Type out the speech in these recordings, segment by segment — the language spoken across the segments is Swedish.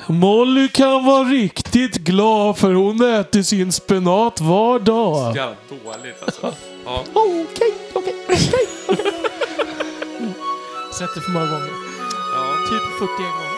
Molly kan vara riktigt glad för hon äter sin spenat var dag. Jävla dåligt alltså. Ja. Okej. Sett det för många gånger. Ja. Typ 40 gånger.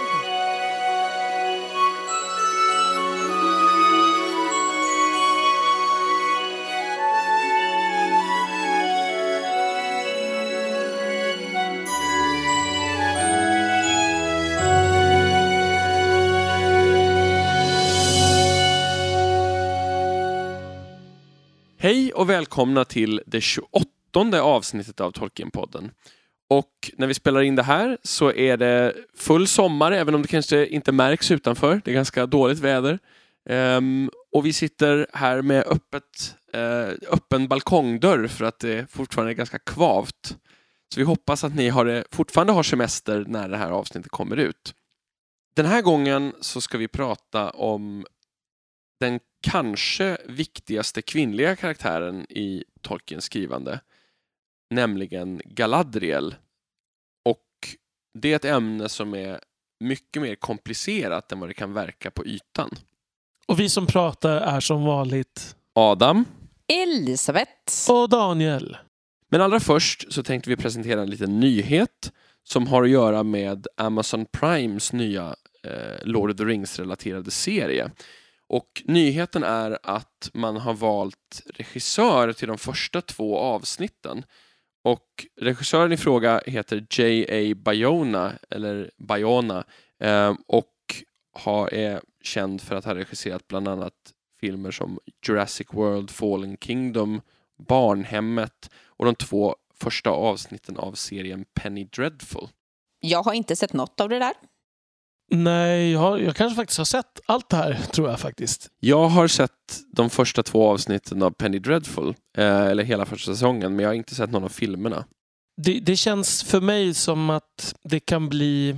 Hej och välkomna till det 28:e avsnittet av Tolkien-podden. Och när vi spelar in det här så är det full sommar, även om det kanske inte märks utanför. Det är ganska dåligt väder. Och vi sitter här med öppen balkongdörr för att det fortfarande är ganska kvavt. Så vi hoppas att ni fortfarande har semester när det här avsnittet kommer ut. Den här gången så ska vi prata om den kanske viktigaste kvinnliga karaktären i Tolkiens skrivande, nämligen Galadriel. Och det är ett ämne som är mycket mer komplicerat än vad det kan verka på ytan. Och vi som pratar är som vanligt Adam, Elisabeth och Daniel. Men allra först så tänkte vi presentera en liten nyhet som har att göra med Amazon Primes nya Lord of the Rings-relaterade serie. Och nyheten är att man har valt regissör till de första 2 avsnitten. Och regissören i fråga heter J.A. Bayona, eller Bayona, och är känd för att ha regisserat bland annat filmer som Jurassic World, Fallen Kingdom, Barnhemmet och de 2 första avsnitten av serien Penny Dreadful. Jag har inte sett något av det där. Nej, jag kanske faktiskt har sett allt det här, tror jag faktiskt. Jag har sett de första 2 avsnitten av Penny Dreadful, eller hela första säsongen, men jag har inte sett någon av filmerna. Det känns för mig som att det kan bli...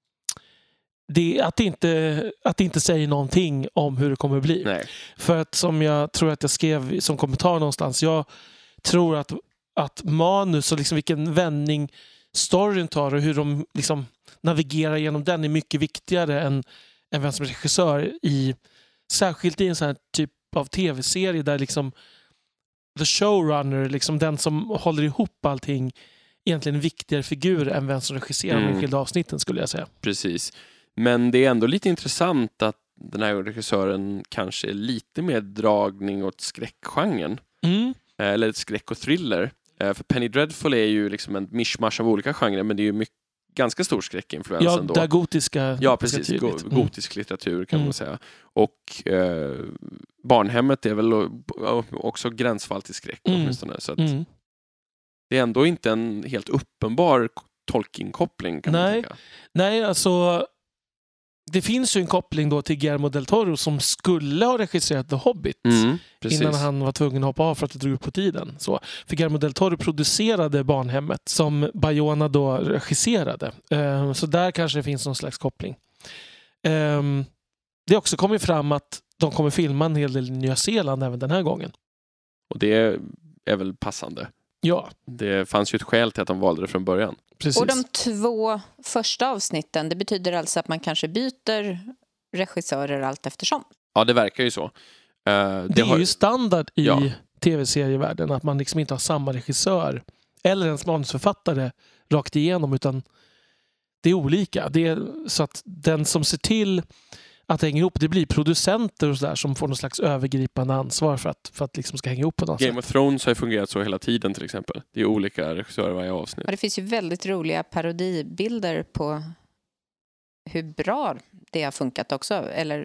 Att det inte säger någonting om hur det kommer bli. Nej. För att som jag tror att jag skrev som kommentar någonstans, jag tror att manus och liksom vilken vändning storyn tar och hur de liksom navigerar genom den är mycket viktigare än vem som är regissör särskilt i en sån här typ av tv-serie där liksom the showrunner, liksom den som håller ihop allting, egentligen en viktigare figur än vem som regisserar de enskilda avsnitten, skulle jag säga. Precis. Men det är ändå lite intressant att den här regissören kanske är lite mer dragning åt skräckgenren. Eller skräck och thriller. För Penny Dreadful är ju liksom en mishmash av olika genrer, men det är ju ganska stor skräckinfluens ändå. Ja, gotiska... Ja, precis. Gotisk litteratur kan man säga. Och Barnhemmet är väl också gränsfall till skräck åtminstone. Så att det är ändå inte en helt uppenbar Tolkien-koppling, kan man tänka. Nej, alltså... Det finns ju en koppling då till Guillermo del Toro som skulle ha regisserat The Hobbit innan han var tvungen att hoppa av för att det drog upp på tiden. Så, för Guillermo del Toro producerade Barnhemmet som Bayona då regisserade. Så där kanske det finns någon slags koppling. Det har också kommit fram att de kommer filma en hel del i Nya Zeeland även den här gången. Och det är väl passande. Ja. Det fanns ju ett skäl till att de valde det från början. Precis. Och de 2 första avsnitten, det betyder alltså att man kanske byter regissörer allt eftersom. Ja, det verkar ju så. Det är ju standard i tv-serievärlden att man liksom inte har samma regissör eller ens manusförfattare rakt igenom, utan det är olika. Det är så att den som ser till att hänga ihop, det blir producenter och sådär som får någon slags övergripande ansvar för att liksom ska hänga ihop på något Game of Thrones har ju fungerat så hela tiden till exempel. Det är olika regissörer varje avsnitt. Ja, det finns ju väldigt roliga parodibilder på hur bra det har funkat också. Eller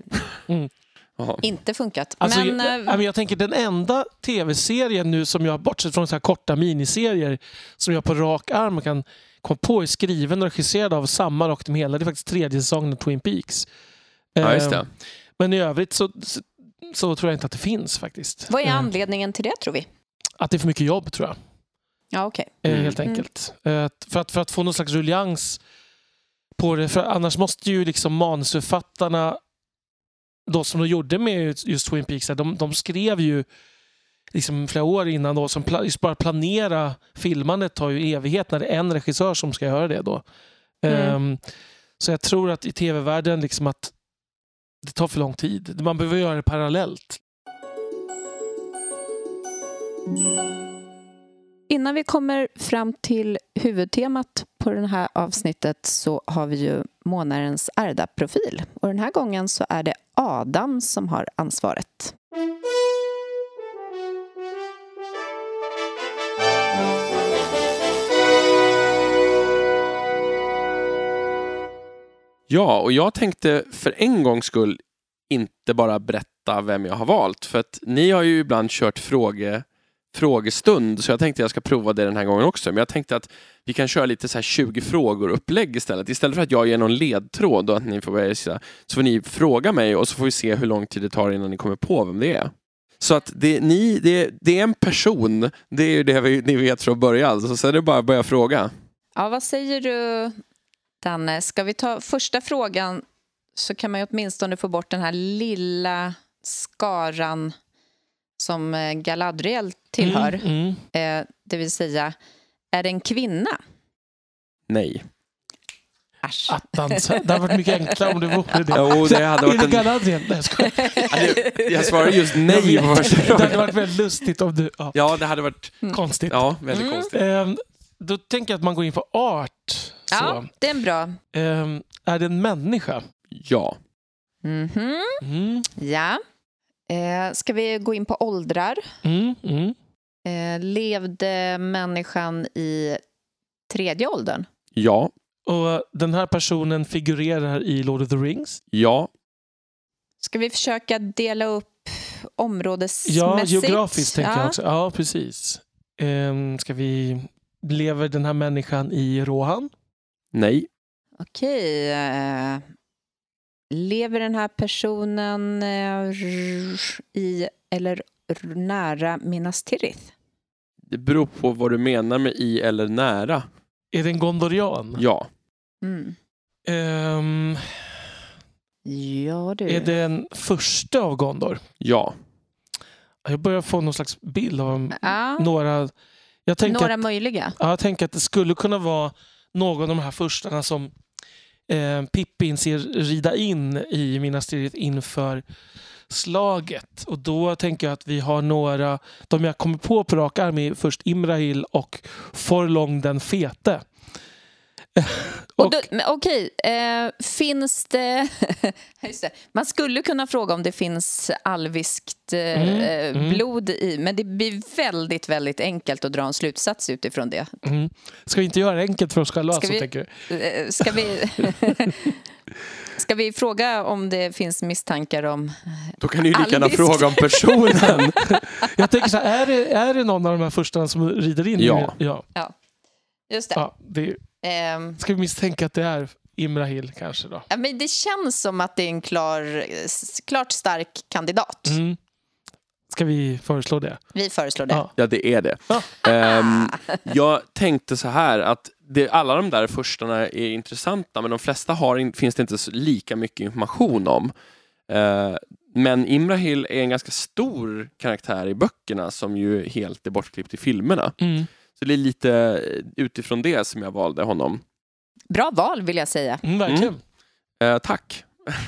inte funkat. Alltså, men jag tänker den enda tv-serien nu som jag, bortsett från så här korta miniserier som jag på rak arm kan komma på, är skriven och regisserad av samma rakt med hela. Det är faktiskt 3:e säsongen av Twin Peaks. Ja, just det. Men i övrigt så tror jag inte att det finns faktiskt. Vad är anledningen till det, tror vi? Att det är för mycket jobb, tror jag. Ja, okej. Helt enkelt. För att få någon slags ruljans på det. För annars måste ju liksom manusförfattarna, då som de gjorde med just Twin Peaks, de skrev ju liksom flera år innan då, som just bara planera filmandet tar ju evighet när det är en regissör som ska göra det då. Så jag tror att i tv-världen liksom att det tar för lång tid. Man behöver göra det parallellt. Innan vi kommer fram till huvudtemat på det här avsnittet så har vi ju månadens Arda-profil. Och den här gången så är det Adam som har ansvaret. Ja, och jag tänkte för en gångs skull inte bara berätta vem jag har valt. För att ni har ju ibland kört frågestund, så jag tänkte jag ska prova det den här gången också. Men jag tänkte att vi kan köra lite så här 20 frågor upplägg istället. Istället för att jag ger någon ledtråd och att ni får börja så får ni fråga mig och så får vi se hur lång tid det tar innan ni kommer på vem det är. Så att det är en person, det är ju det ni vet från början. Så är det bara att börja fråga. Ja, vad säger du, Danne? Ska vi ta första frågan så kan man ju åtminstone få bort den här lilla skaran som Galadriel tillhör. Det vill säga, är det en kvinna? Nej. Asch. Attans, det hade varit mycket enklare om det vore det. Jo, det hade varit en... Galadriel? Nej, jag svarar just nej på första frågan. Det hade varit väldigt lustigt om du... Ja, det hade varit... Konstigt. Ja, väldigt konstigt. Då tänker jag att man går in på art. Så. Ja, det är en bra. Är det en människa? Ja. Ja. Ska vi gå in på åldrar? Levde människan i 3:e åldern? Ja. Och den här personen figurerar i Lord of the Rings? Ja. Ska vi försöka dela upp områdesmässigt? Ja, geografiskt tänker jag också. Ja, precis. Lever den här människan i Rohan? Nej. Okej. Lever den här personen i eller nära Minas Tirith? Det beror på vad du menar med i eller nära. Är det en gondorian? Ja. Ja, du. Är det en första av Gondor? Ja. Jag börjar få någon slags bild av några... Några möjliga. Ja, jag tänker att det skulle kunna vara någon av de här förstarna som Pippin ser rida in i Minas Tirith inför slaget. Och då tänker jag att vi har några... De jag kommer på rak arm är först Imrahil och Forlong den fete. Okej, finns det... Man skulle kunna fråga om det finns alviskt blod i, men det blir väldigt, väldigt enkelt att dra en slutsats utifrån det. Ska vi inte göra det enkelt för oss själva? Ska vi fråga om det finns misstankar om... Då kan du ju lika gärna fråga om personen. Jag tänker så här, är det någon av de här första som rider in? Ja. Just det. Ja, ska vi misstänka att det är Imrahil kanske då? Ja, men det känns som att det är en klart stark kandidat. Ska vi föreslå det? Vi föreslår det. Ja, det är det. Jag tänkte så här att alla de där förstarna är intressanta, men de flesta finns det inte så lika mycket information om. Men Imrahil är en ganska stor karaktär i böckerna som ju helt är bortklippt i filmerna. Så det är lite utifrån det som jag valde honom. Bra val vill jag säga. Verkligen. Tack.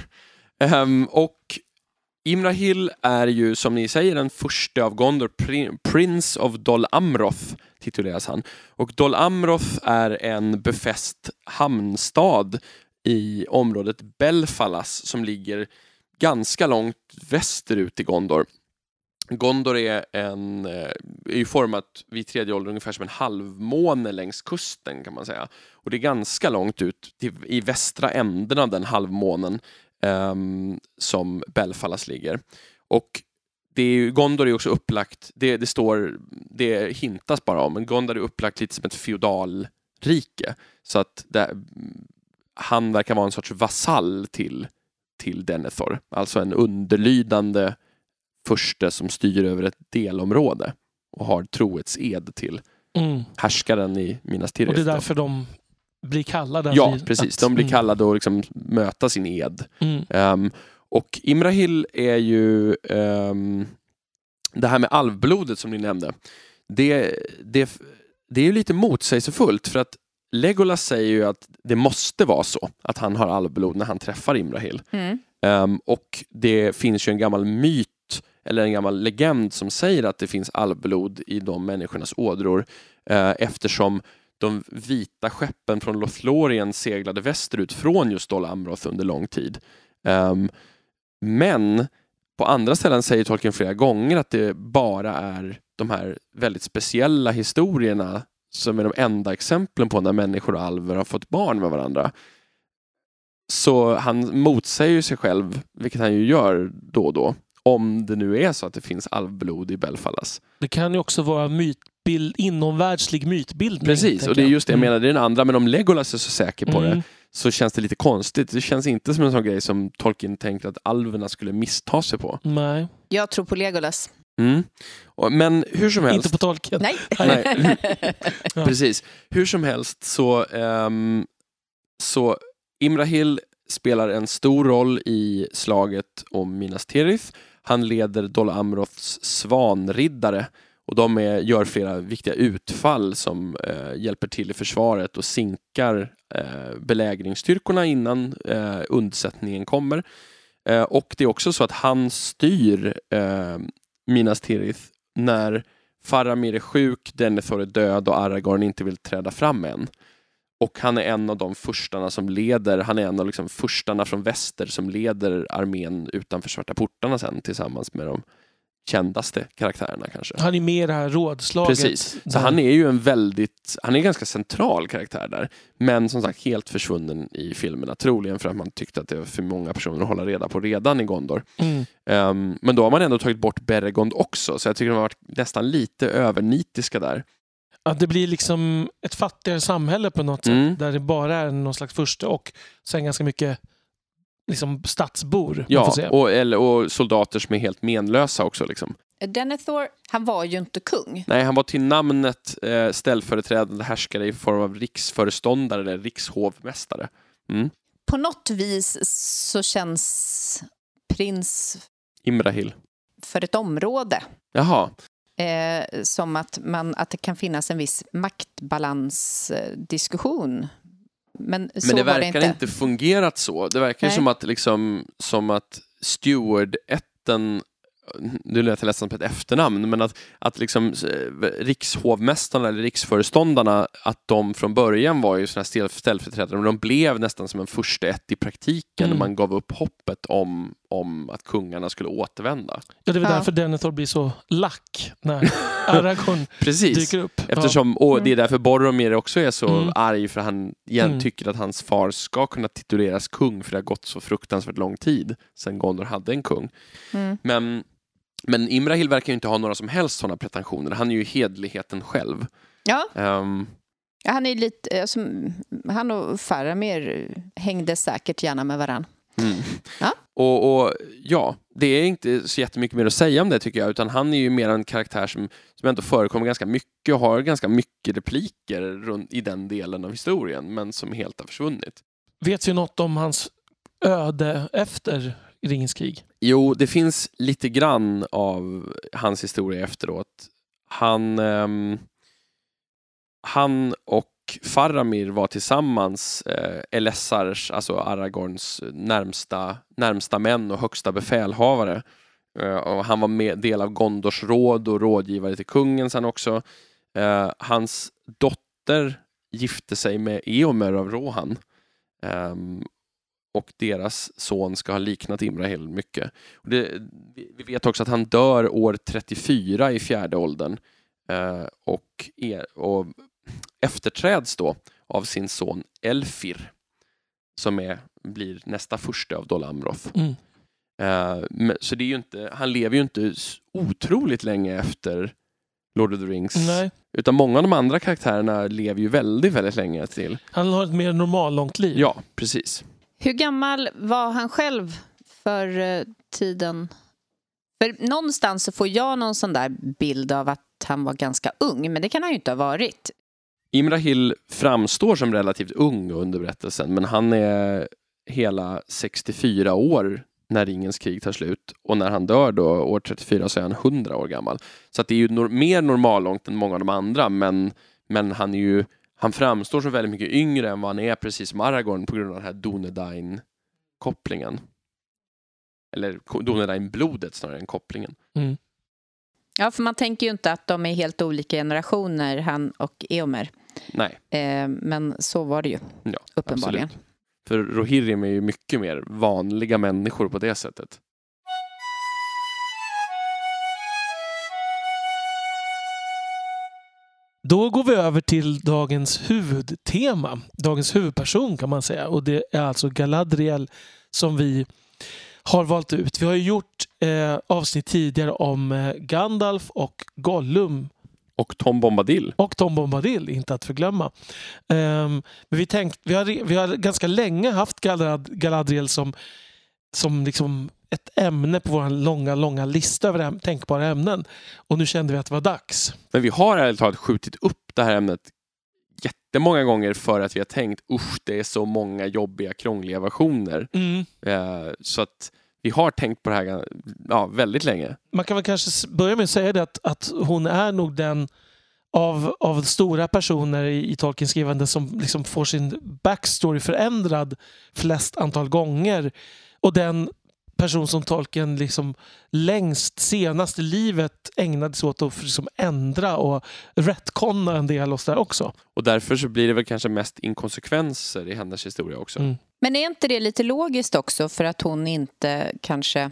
Och Imrahil är ju, som ni säger, den första av Gondor. Prince of Dol Amroth tituleras han. Och Dol Amroth är en befäst hamnstad i området Belfalas som ligger ganska långt västerut i Gondor. Gondor är ju format vid 3:e åldern ungefär som en halvmåne längs kusten kan man säga. Och det är ganska långt ut i västra änden av den halvmånen som Belfalas ligger. Och Gondor är också upplagt, det hintas bara om, men Gondor är upplagt lite som ett feodalrike. Så att han verkar vara en sorts vasall till Denethor. Alltså en underlydande första som styr över ett delområde och har trohetsed till härskaren i Minas Tirith. Och det är därför de blir kallade. Ja, precis. De blir kallade att liksom möta sin ed. Och Imrahil är ju det här med alvblodet som ni nämnde. Det är ju lite motsägelsefullt för att Legolas säger ju att det måste vara så att han har alvblod när han träffar Imrahil. Och det finns ju en gammal myt eller en gammal legend som säger att det finns alvblod i de människornas ådror eftersom de vita skeppen från Lothlorien seglade västerut från just Dol Amroth under lång tid. Men på andra ställen säger Tolkien flera gånger att det bara är de här väldigt speciella historierna som är de enda exemplen på när människor och alver har fått barn med varandra. Så han motsäger sig själv, vilket han ju gör då och då, om det nu är så att det finns alvblod i Belfalas. Det kan ju också vara inomvärldslig mytbildning. Precis, och det är just det jag menar, det är den andra, men om Legolas är så säker på det så känns det lite konstigt. Det känns inte som en sån grej som Tolkien tänkte att alverna skulle missta sig på. Nej. Jag tror på Legolas. Men hur som helst... Inte på Tolkien. Nej. Nej. Precis. Hur som helst så Imrahil spelar en stor roll i slaget om Minas Tirith. Han leder Dol Amroths svanriddare och de gör flera viktiga utfall som hjälper till i försvaret och sinkar belägringsstyrkorna innan undsättningen kommer. Och det är också så att han styr Minas Tirith när Faramir är sjuk, Denethor är död och Aragorn inte vill träda fram än. Och han är en av de furstarna som leder, han är en av liksom furstarna från väster som leder armén utanför Svarta portarna sen tillsammans med de kändaste karaktärerna kanske. Han är med i det här rådslaget. Precis, så han är ju han är en ganska central karaktär där. Men som sagt helt försvunnen i filmerna. Troligen för att man tyckte att det var för många personer att hålla reda på redan i Gondor. Men då har man ändå tagit bort Beregond också. Så jag tycker de har varit nästan lite övernitiska där. Att det blir liksom ett fattigare samhälle på något sätt. Där det bara är någon slags första och sen ganska mycket liksom stadsbor. Ja, och soldater som är helt menlösa också. Liksom. Denethor, han var ju inte kung. Nej, han var till namnet ställföreträdande härskare i form av riksföreståndare eller rikshovmästare. På något vis så känns prins Imrahil för ett område. Jaha. Som att det kan finnas en viss maktbalansdiskussion. Men det verkar inte fungerat så. Det verkar som att stewardätten, du lät ledsen på ett efternamn, men att liksom rikshovmästarna eller riksföreståndarna, att de från början var ju såna här ställföreträdare, men de blev nästan som en första ett i praktiken när man gav upp hoppet om att kungarna skulle återvända. Ja, det är väl därför Denethor blir så lack när Aragorn dyker upp. Eftersom, och det är därför Boromir också är så arg, för han tycker att hans far ska kunna tituleras kung, för det har gått så fruktansvärt lång tid sedan Gondor hade en kung. Men Imrahil verkar ju inte ha några som helst sådana pretensioner. Han är ju hedligheten själv. Ja. Han är lite, han och Faramir hängde säkert gärna med varann. Ja. Och ja, det är inte så jättemycket mer att säga om det tycker jag, utan han är ju mer en karaktär som ändå förekommer ganska mycket och har ganska mycket repliker i den delen av historien, men som helt har försvunnit. Vet vi något om hans öde efter Ringens krig? Jo, det finns lite grann av hans historia efteråt. Han och Faramir var tillsammans Elessars, alltså Aragorns närmsta män och högsta befälhavare. Och han var del av Gondors råd och rådgivare till kungen sen också. Hans dotter gifte sig med Eomer av Rohan. Och deras son ska ha liknat Imrahil mycket. Och vi vet också att han dör år 34 i fjärde åldern. Och efterträds då av sin son Elfir, som blir nästa första av Dol Amroth. Så det är ju inte, han lever ju inte otroligt länge efter Lord of the Rings. Nej. Utan många av de andra karaktärerna lever ju väldigt, väldigt länge till. Han har ett mer normallångt liv. Ja, precis. Hur gammal var han själv för tiden? För någonstans så får jag någon sån där bild av att han var ganska ung, men det kan han ju inte ha varit. Imrahil framstår som relativt ung under berättelsen, men han är hela 64 år när Ringens krig tar slut, och när han dör då år 34 så är han 100 år gammal. Så att det är ju mer normallångt än många av de andra, men han framstår som väldigt mycket yngre än vad han är, precis som Aragorn, på grund av den här Dunedain-kopplingen. eller Dunedain-blodet snarare än kopplingen. Mm. Ja, för man tänker ju inte att de är helt olika generationer, han och Eomer. Nej. Men så var det ju, Ja, uppenbarligen. absolut. För Rohirrim är ju mycket mer vanliga människor på det sättet. Då går vi över till dagens huvudtema. Dagens huvudperson kan man säga. Och det är alltså Galadriel som vi har valt ut. Vi har ju gjort avsnitt tidigare om Gandalf och Gollum. Och Tom Bombadil. Och Tom Bombadil, inte att förglömma. Men vi har ganska länge haft Galadriel som liksom ett ämne på vår långa lista över tänkbara ämnen. Och nu kände vi att det var dags. Men vi har ärligt talat skjutit upp det här ämnet jättemånga gånger för att vi har tänkt det är så många jobbiga, krångliga versioner. Så att vi har tänkt på det här väldigt länge. Man kan väl kanske börja med att säga det att hon är nog den av stora personer i Tolkiens skrivande som liksom får sin backstory förändrad flest antal gånger. Och den person som Tolkien liksom längst senast i livet ägnade sig åt att liksom ändra och retconna en del och så där också. Och därför så blir det väl kanske mest inkonsekvenser i hennes historia också. Mm. Men är inte det lite logiskt också för att hon inte kanske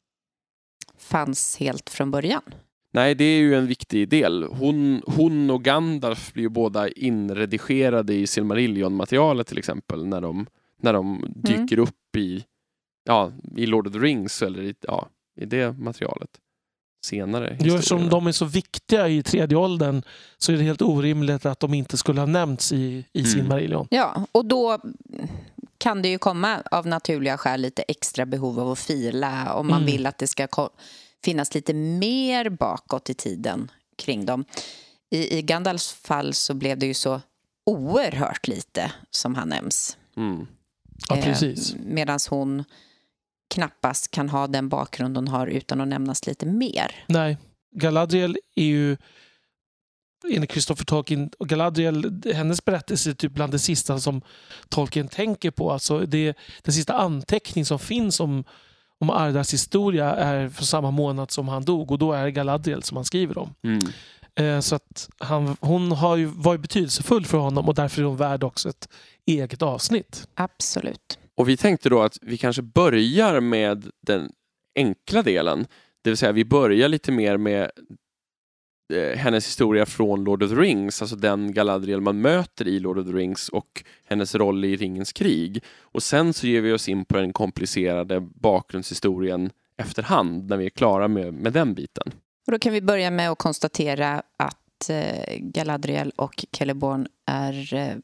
fanns helt från början? Nej, det är ju en viktig del. Hon och Gandalf blir ju båda inredigerade i Silmarillion-materialet till exempel när de dyker upp i Lord of the Rings eller i det materialet senare. Jo, eftersom de är så viktiga i tredje åldern så är det helt orimligt att de inte skulle ha nämnts i Silmarillion. Ja, och då kan det ju komma av naturliga skäl lite extra behov av att fila om man vill att det ska finnas lite mer bakåt i tiden kring dem. I Gandalfs fall så blev det ju så oerhört lite som han nämns. Ja, precis. Medan hon knappast kan ha den bakgrund hon har utan att nämnas lite mer. Nej, Galadriel är ju enligt Christopher Tolkien och Galadriel, hennes berättelse är typ bland det sista som Tolkien tänker på. Alltså det sista anteckning som finns om Ardars historia är för samma månad som han dog och då är det Galadriel som han skriver om. Så att hon var ju betydelsefull för honom och därför är hon värd också ett eget avsnitt. Absolut. Och vi tänkte då att vi kanske börjar med den enkla delen. Det vill säga vi börjar lite mer med hennes historia från Lord of the Rings. Alltså den Galadriel man möter i Lord of the Rings och hennes roll i Ringens krig. Och sen så ger vi oss in på den komplicerade bakgrundshistorien efterhand när vi är klara med den biten. Och då kan vi börja med att konstatera att Galadriel och Celeborn är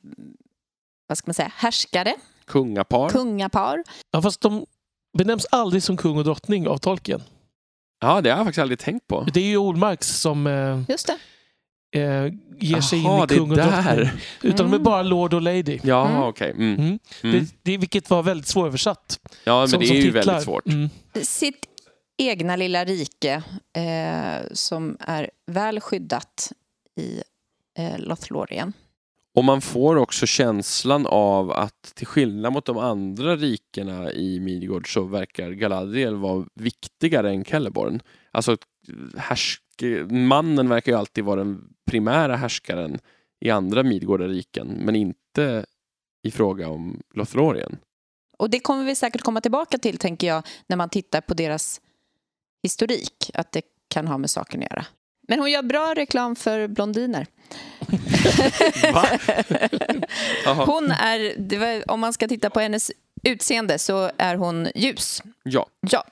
härskare. Kungapar. Ja, fast de benämns aldrig som kung och drottning av Tolkien. Ja, det har jag faktiskt aldrig tänkt på. Det är ju Olmarks som Just det. ger sig in i kung och drottning. Utan de är bara lord och lady. Ja, okej. Det vilket var väldigt svåröversatt. Ja, men det är ju väldigt svårt. Sitt egna lilla rike som är väl skyddat i Lothlorien. Och man får också känslan av att till skillnad mot de andra rikena i Midgård så verkar Galadriel vara viktigare än Celeborn. Alltså mannen verkar ju alltid vara den primära härskaren i andra Midgårdariken men inte i fråga om Lothlorien. Och det kommer vi säkert komma tillbaka till, tänker jag, när man tittar på deras historik, att det kan ha med saken att göra. Men hon gör bra reklam för blondiner. Hon är, om man ska titta på hennes utseende så är hon ljus. Ja.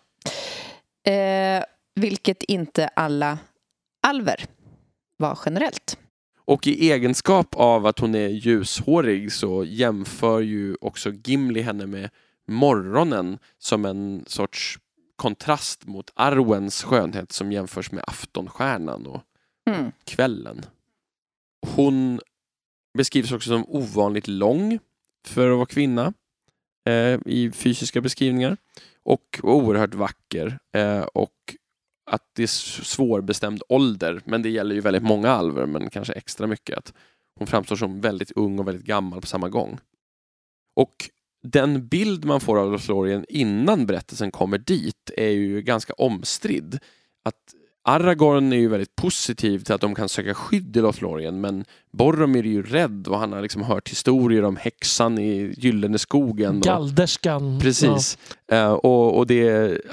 Vilket inte alla alver var generellt. Och i egenskap av att hon är ljushårig så jämför ju också Gimli henne med morgonen som en sorts kontrast mot Arwens skönhet som jämförs med aftonstjärnan och kvällen. Hon beskrivs också som ovanligt lång för att vara kvinna i fysiska beskrivningar och oerhört vacker och att det är svårbestämd ålder, men det gäller ju väldigt många alver, men kanske extra mycket att hon framstår som väldigt ung och väldigt gammal på samma gång. Och den bild man får av Lothlorien innan berättelsen kommer dit är ju ganska omstridd. Att Aragorn är ju väldigt positiv till att de kan söka skydd i Lothlorien, men Boromir är ju rädd och han har liksom hört historier om häxan i Gyllene skogen. Galderskan. Precis. Ja. Och det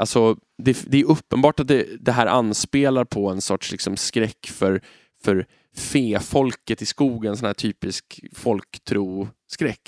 är uppenbart att det här anspelar på en sorts liksom skräck för fefolket i skogen, sån här typisk folktro-skräck.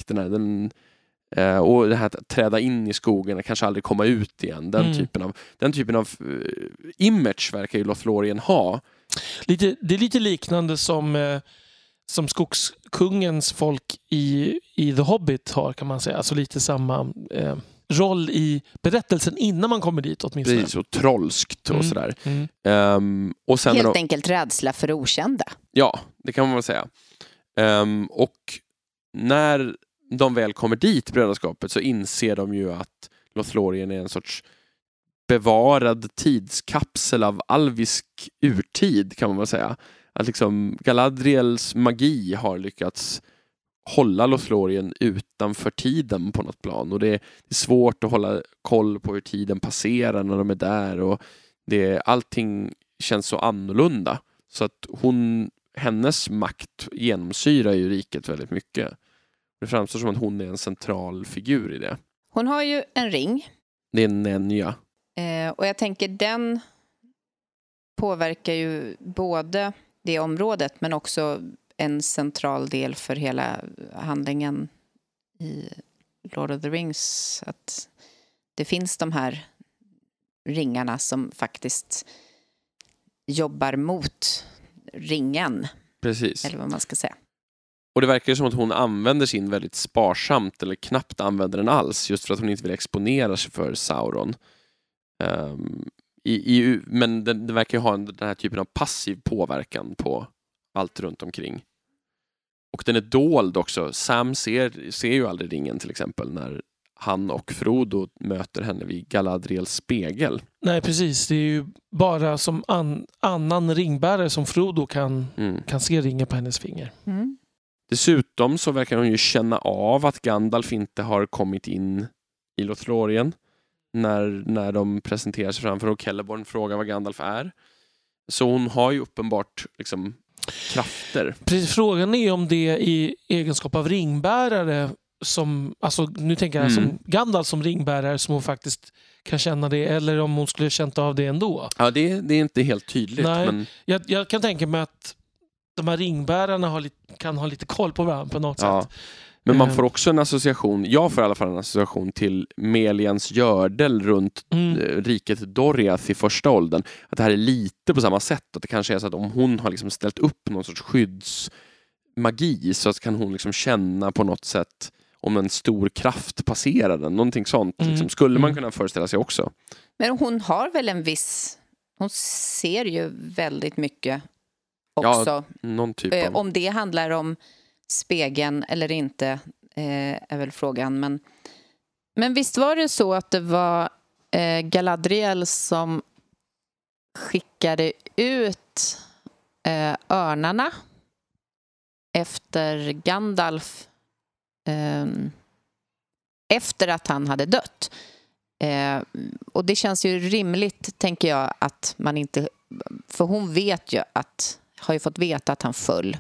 Och det här att träda in i skogen och kanske aldrig komma ut igen. Den typen av image verkar ju Lothlorien ha. Det är lite liknande som skogskungens folk i The Hobbit har, kan man säga. Alltså lite samma roll i berättelsen innan man kommer dit åtminstone. Precis, och trollskt och sådär. Och sen helt enkelt rädsla för okända. Ja, det kan man väl säga. Och när de väl kommer dit, brödraskapet, så inser de ju att Lothlorien är en sorts bevarad tidskapsel av alvisk urtid, kan man väl säga. Att liksom Galadriels magi har lyckats hålla Lothlorien utanför tiden på något plan. Och det är svårt att hålla koll på hur tiden passerar när de är där. Och allting känns så annorlunda. Så att hennes makt genomsyrar ju riket väldigt mycket. Det framstår som att hon är en central figur i det. Hon har ju en ring. Det är Nenja. Och jag tänker den påverkar ju både det området men också en central del för hela handlingen i Lord of the Rings. Att det finns de här ringarna som faktiskt jobbar mot ringen. Precis. Eller vad man ska säga. Och det verkar som att hon använder sin väldigt sparsamt eller knappt använder den alls, just för att hon inte vill exponera sig för Sauron. Men den verkar ha den här typen av passiv påverkan på allt runt omkring. Och den är dold också. Sam ser ju aldrig ringen till exempel när han och Frodo möter henne vid Galadriels spegel. Nej, precis. Det är ju bara som annan ringbärare som Frodo kan se ringen på hennes finger. Mm. Dessutom så verkar hon ju känna av att Gandalf inte har kommit in i Lothlorien när de presenterar sig framför och Celeborn frågar vad Gandalf är. Så hon har ju uppenbart liksom krafter. Precis, frågan är om det i egenskap av ringbärare som, alltså nu tänker jag som Gandalf som ringbärare, som hon faktiskt kan känna det, eller om hon skulle känt av det ändå. Ja, det är inte helt tydligt. Nej, men jag kan tänka mig att de här ringbärarna kan ha lite koll på varandra på något sätt. Men man får också en association, jag får i alla fall en association till Melians gördel runt riket Doriath i första åldern. Att det här är lite på samma sätt. Att det kanske är så att om hon har liksom ställt upp någon sorts skyddsmagi, så kan hon liksom känna på något sätt om en stor kraft passerar den. Någonting sånt liksom, skulle man kunna föreställa sig också. Men hon har väl hon ser ju väldigt mycket också. Ja, någon typ av. Om det handlar om spegeln eller inte är väl frågan. Men visst var det så att det var Galadriel som skickade ut örnarna efter Gandalf efter att han hade dött. Och det känns ju rimligt, tänker jag, att man inte... För hon vet ju har ju fått veta att han föll.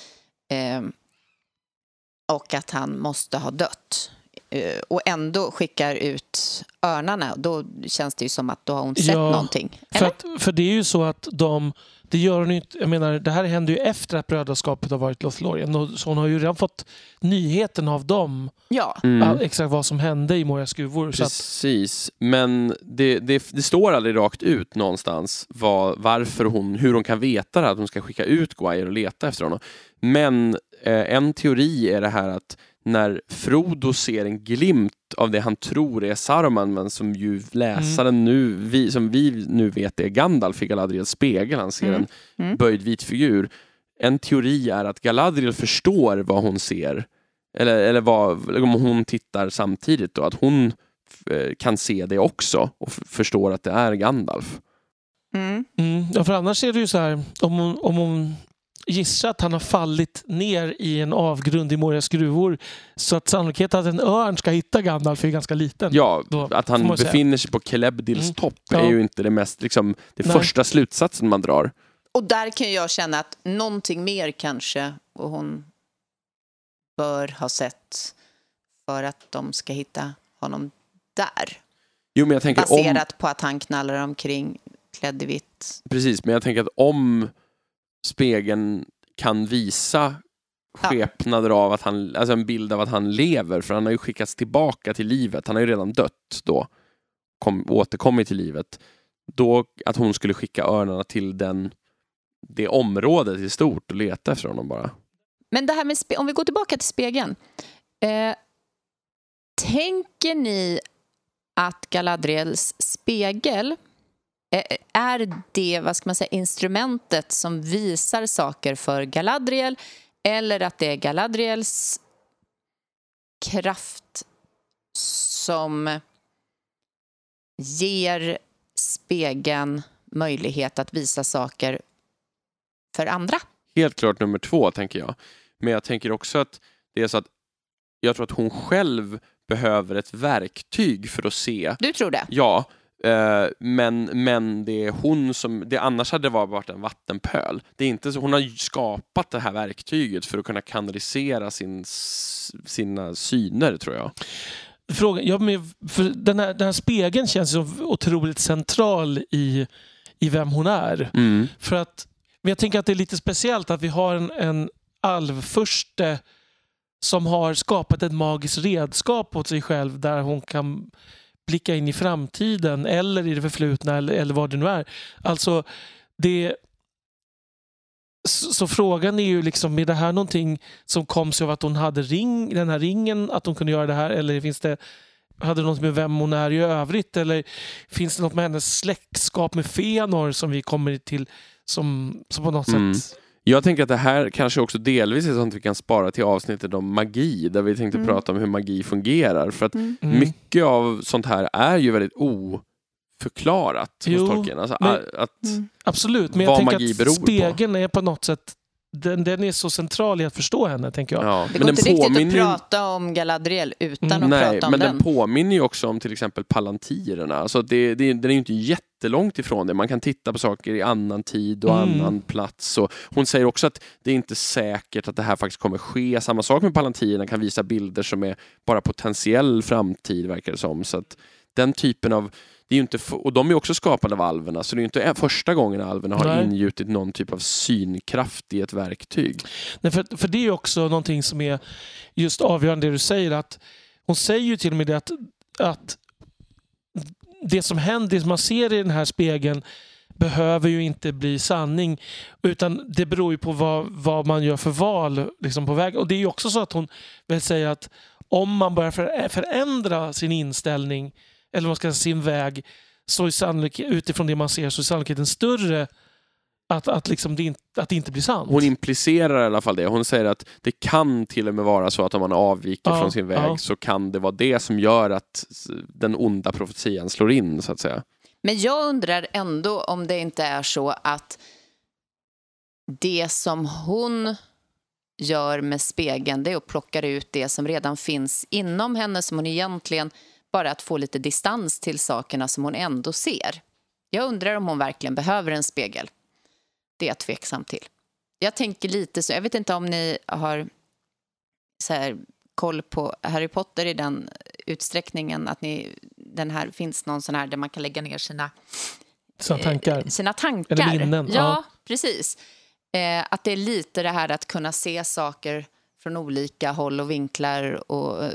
Och att han måste ha dött. Och ändå skickar ut örnarna. Då känns det ju som att då har hon sett någonting. För det är ju så att det gör hon inte. Jag menar, det här händer ju efter att brödraskapet har varit Lothlorien. Så hon har ju redan fått nyheten av dem. Ja. Exakt vad som hände i Moria skuvor. Precis. Men det står aldrig rakt ut någonstans hur hon kan veta det, att hon ska skicka ut Gwaihir och leta efter honom. Men en teori är det här att när Frodo ser en glimt av det han tror är Saruman, men som ju läsaren som vi nu vet är Gandalf i Galadriels spegel, han ser en böjd vit figur. En teori är att Galadriel förstår vad hon ser, eller om hon tittar samtidigt då, att hon kan se det också och förstår att det är Gandalf. Ja, för annars är det ju så här, om hon gissar att han har fallit ner i en avgrund i Morias gruvor. Så att sannolikheten att en örn ska hitta Gandalf är ganska liten. Ja, Då att han befinner sig på Celebdils topp är ju inte det mest liksom, det första slutsatsen man drar. Och där kan jag känna att någonting mer kanske och hon bör ha sett för att de ska hitta honom där. Jo, men jag tänker baserat på att han knallar omkring klädd i vitt. Precis, men jag tänker att om spegeln kan visa skepnader av att han, alltså en bild av att han lever, för han har ju skickats tillbaka till livet, han har ju redan dött då, återkommit till livet, då att hon skulle skicka örnarna till det området i stort och leta efter honom bara. Men det här med om vi går tillbaka till spegeln, tänker ni att Galadriels spegel är det, vad ska man säga, instrumentet som visar saker för Galadriel, eller att det är Galadriels kraft som ger spegeln möjlighet att visa saker för andra? Helt klart nummer 2, tänker jag. Men jag tänker också att det är så att jag tror att hon själv behöver ett verktyg för att se. Du tror det? Ja, men det är hon som, det annars hade det varit en vattenpöl. Det är inte så, hon har skapat det här verktyget för att kunna kanalisera sina syner, tror jag. Frågan, för den här spegeln känns så otroligt central i vem hon är. För att, men jag tänker att det är lite speciellt att vi har en alvfurste som har skapat ett magiskt redskap åt sig själv där hon kan blicka in i framtiden eller i det förflutna eller vad det nu är. Alltså så frågan är ju liksom, är det här någonting som kom sig av att hon hade den här ringen, att hon kunde göra det här, eller hade det något med vem hon är i övrigt, eller finns det något med hennes släktskap med Fëanor som vi kommer till som på något sätt. Jag tänker att det här kanske också delvis är sånt vi kan spara till avsnittet om magi, där vi tänkte prata om hur magi fungerar, för att mycket av sånt här är ju väldigt oförklarat hos Tolkien. Alltså, absolut, men jag tänker att spegeln är på något sätt den är så central i att förstå henne, tänker jag. Ja, det går inte riktigt att prata om Galadriel utan att prata om men den. Den påminner ju också om till exempel palantirerna. Alltså den är ju inte jättelångt ifrån det. Man kan titta på saker i annan tid och annan plats. Och hon säger också att det är inte säkert att det här faktiskt kommer ske. Samma sak med palantirerna, kan visa bilder som är bara potentiell framtid, verkar det som. Så att den typen av... Det är ju inte, och de är också skapade av alverna, så det är ju inte första gången alverna har ingjutit någon typ av synkraft i ett verktyg. Nej, för det är ju också någonting som är just avgörande, det du säger, att hon säger ju till och med det att det som händer, det som man ser i den här spegeln behöver ju inte bli sanning, utan det beror ju på vad man gör för val liksom på väg. Och det är ju också så att hon vill säga att om man börjar förändra sin inställning eller vad ska jag säga, sin väg, så är sannolikheten, utifrån det man ser, så är sannolikheten större att det inte blir sant. Hon implicerar i alla fall det. Hon säger att det kan till och med vara så att om man avviker från sin väg så kan det vara det som gör att den onda profetian slår in, så att säga. Men jag undrar ändå om det inte är så att det som hon gör med spegeln, det är att plocka ut det som redan finns inom henne, som hon egentligen bara att få lite distans till sakerna som hon ändå ser. Jag undrar om hon verkligen behöver en spegel. Det är jag tveksam till. Jag tänker lite så, jag vet inte om ni har så här, koll på Harry Potter i den utsträckningen att den här finns någon sån här där man kan lägga ner sina tankar. Eller minnen. Ja, precis. Att det är lite det här att kunna se saker från olika håll och vinklar och...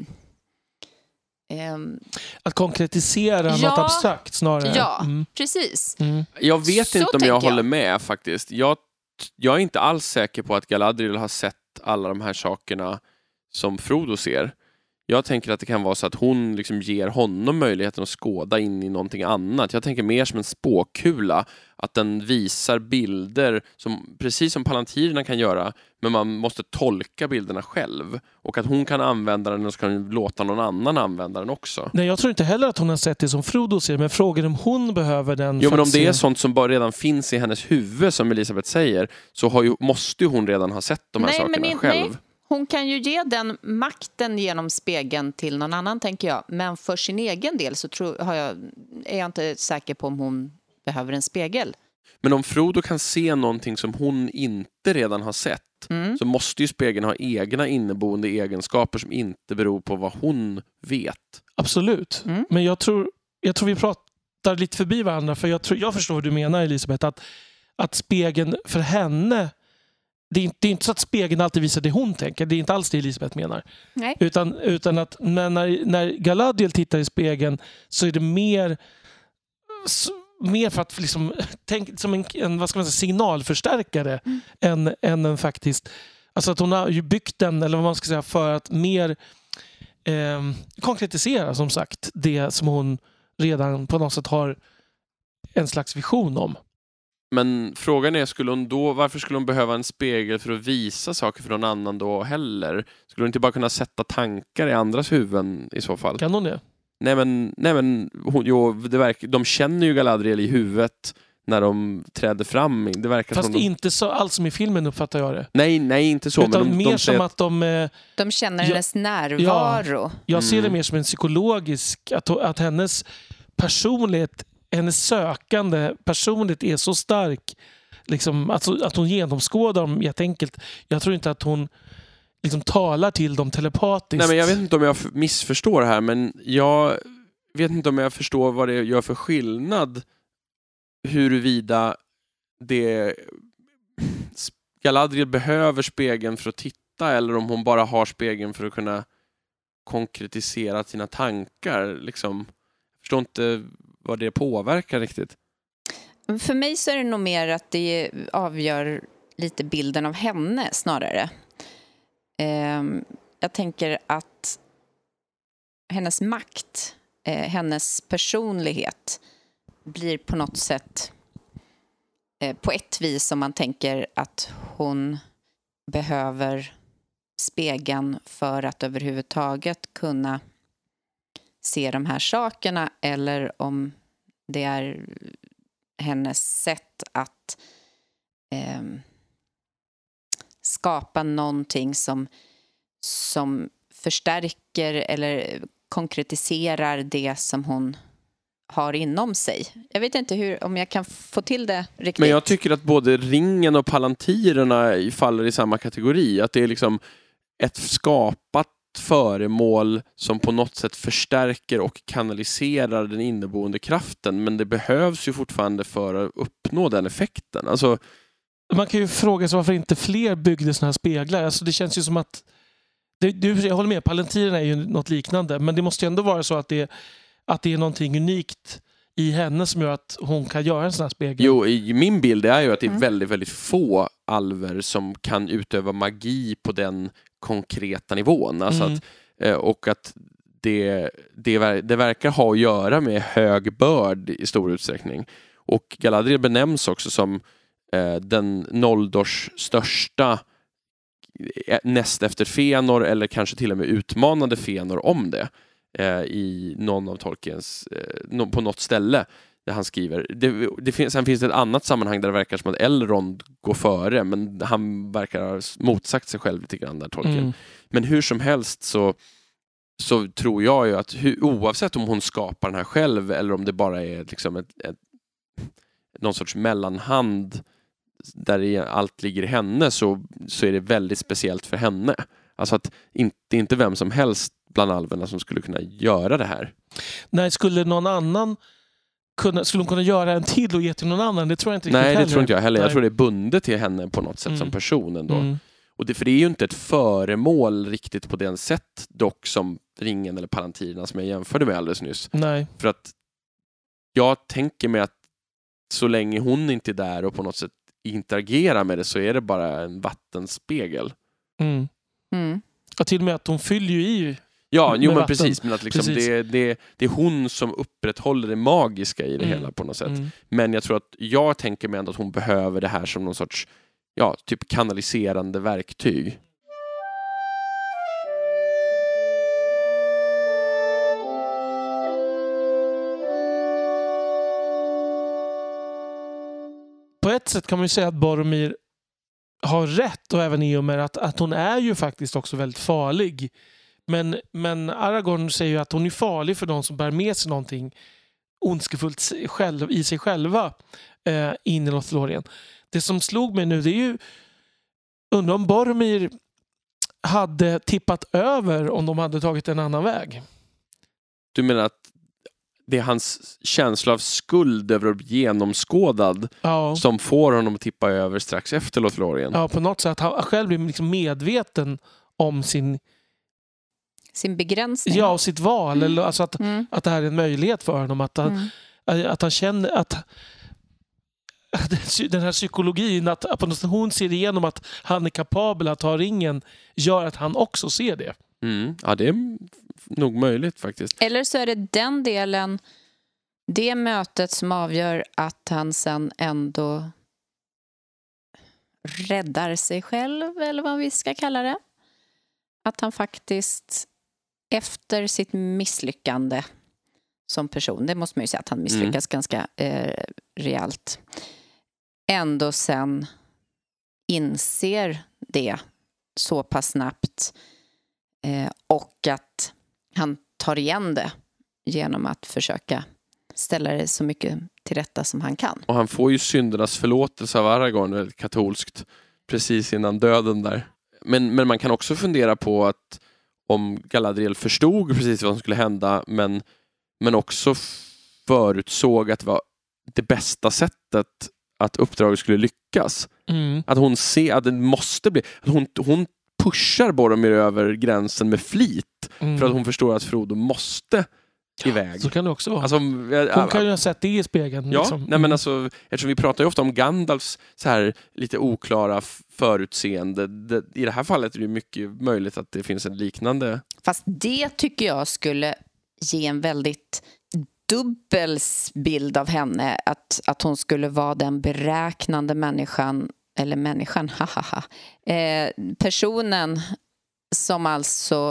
att konkretisera något abstrakt snarare. Ja, precis. Jag vet inte om jag håller med faktiskt. Jag är inte alls säker på att Galadriel har sett alla de här sakerna som Frodo ser. Jag tänker att det kan vara så att hon liksom ger honom möjligheten att skåda in i någonting annat. Jag tänker mer som en spåkula. Att den visar bilder som, precis som palantirerna kan göra, men man måste tolka bilderna själv. Och att hon kan använda den och så kan låta någon annan använda den också. Nej, jag tror inte heller att hon har sett det som Frodo ser, men frågan om hon behöver den. Jo, men om det är sånt som bara redan finns i hennes huvud, som Elisabeth säger, så måste ju hon redan ha sett de här sakerna själv. Nej. Hon kan ju ge den makten genom spegeln till någon annan, tänker jag. Men för sin egen del så är jag inte säker på om hon behöver en spegel. Men om Frodo kan se någonting som hon inte redan har sett, så måste ju spegeln ha egna inneboende egenskaper som inte beror på vad hon vet. Absolut. Men jag tror vi pratar lite förbi varandra, för jag förstår vad du menar, Elisabeth, att spegeln för henne, det är inte så att spegeln alltid visar det hon tänker. Det är inte alls det Elisabeth menar. Nej. Utan att när Galadriel tittar i spegeln så är det mer för att liksom, som en vad ska man säga, signalförstärkare än en faktiskt. Alltså att hon har ju byggt den, eller vad man ska säga, för att mer konkretisera, som sagt, det som hon redan på något sätt har en slags vision om. Men frågan är, varför skulle hon behöva en spegel för att visa saker för någon annan då heller? Skulle hon inte bara kunna sätta tankar i andras huvuden i så fall? Kan hon det? Nej men de känner ju Galadriel i huvudet när de träder fram. Det verkar fast som inte så allt som i filmen, uppfattar jag det. Nej, inte så. Utan men mer som att de känner hennes närvaro. Jag ser det mer som en psykologisk, att hennes personlighet, hennes sökande personlighet är så stark, liksom, att hon genomskådar dem jätteenkelt. Jag tror inte att hon liksom talar till dem telepatiskt. Nej, men jag vet inte om jag missförstår det här, men jag vet inte om jag förstår vad det gör för skillnad huruvida Galadriel behöver spegeln för att titta, eller om hon bara har spegeln för att kunna konkretisera sina tankar. Liksom. Jag förstår inte vad det påverkar riktigt. För mig så är det nog mer att det avgör lite bilden av henne snarare. Jag tänker att hennes makt, hennes personlighet blir på något sätt på ett vis som man tänker att hon behöver spegeln för att överhuvudtaget kunna se de här sakerna, eller om det är hennes sätt att skapa någonting som förstärker eller konkretiserar det som hon har inom sig. Jag vet inte om jag kan få till det riktigt. Men jag tycker att både ringen och palantirerna faller i samma kategori. Att det är liksom ett skapat föremål som på något sätt förstärker och kanaliserar den inneboende kraften, men det behövs ju fortfarande för att uppnå den effekten. Alltså, man kan ju fråga sig varför inte fler byggde såna här speglar. Alltså, det känns ju som att jag håller med, palantirerna är ju något liknande, men det måste ju ändå vara så att det är någonting unikt i henne som gör att hon kan göra en sån här spegel. Jo, min bild är ju att det är väldigt, väldigt få alver som kan utöva magi på den konkreta nivån. Alltså och att det verkar ha att göra med hög börd i stor utsträckning. Och Galadriel benämns också som den Noldors största, näst efter Fëanor, eller kanske till och med utmanande Fëanor om det, i någon av Tolkiens på något ställe där han skriver. Sen finns det ett annat sammanhang där det verkar som att Elrond går före, men han verkar ha motsagt sig själv lite grann där, Tolkien. Men hur som helst så tror jag ju att oavsett om hon skapar den här själv eller om det bara är liksom någon sorts mellanhand där allt ligger i henne, så är det väldigt speciellt för henne. Alltså att inte vem som helst bland alverna som skulle kunna göra det här. Nej, skulle någon annan skulle hon kunna göra en till och ge till någon annan? Det tror jag inte riktigt. Nej, det heller. tror inte jag heller. Nej. Jag tror det är bundet till henne på något sätt som person ändå. Och för det är ju inte ett föremål riktigt på den sätt dock som ringen eller palantirerna som jag jämförde med alldeles nyss. Nej. För att jag tänker mig att så länge hon inte är där och på något sätt interagerar med det, så är det bara en vattenspegel. Ja, till och med att hon fyller ju i Ja, med jo, men vatten. precis. Men att liksom det är hon som upprätthåller det magiska i det hela på något sätt. Men jag tror att jag tänker mig ändå att hon behöver det här som någon sorts typ kanaliserande verktyg. På ett sätt kan man ju säga att Boromir har rätt, och även i och med att hon är ju faktiskt också väldigt farlig. Men Aragorn säger ju att hon är farlig för de som bär med sig någonting ondskefullt i sig själva in i Lothlorien. Det som slog mig nu, det är ju, undrar om Boromir hade tippat över om de hade tagit en annan väg. Du menar att det är hans känsla av skuld över att bli genomskådad som får honom att tippa över strax efter Lothlorien? Ja, på något sätt. Han själv blir liksom medveten om sin begränsning. Ja, och sitt val. Eller, alltså att det här är en möjlighet för honom. Att han känner att den här psykologin, att på något sätt hon ser igenom att han är kapabel att ta ringen, gör att han också ser det. Ja, det är nog möjligt faktiskt. Eller så är det den delen, det mötet som avgör att han sen ändå räddar sig själv, eller vad vi ska kalla det. Att han faktiskt efter sitt misslyckande som person, det måste man ju säga att han misslyckas ganska rejält, ändå sen inser det så pass snabbt och att han tar igen det genom att försöka ställa det så mycket till rätta som han kan. Och han får ju syndernas förlåtelse av Aragorn, väldigt katolskt, precis innan döden där. Men man kan också fundera på att om Galadriel förstod precis vad som skulle hända, men också förutsåg att det var det bästa sättet att uppdraget skulle lyckas. Att hon ser att det måste bli, att hon pushar Boromir över gränsen med flit för att hon förstår att Frodo måste iväg. Så kan det också vara. Alltså, hon kan ju ha sett det i spegeln. Ja, liksom. Nej, men alltså, eftersom vi pratar ju ofta om Gandalfs så här lite oklara förutseende. I det här fallet är det mycket möjligt att det finns en liknande. Fast det tycker jag skulle ge en väldigt dubbel bild av henne. Att hon skulle vara den beräknande personen som alltså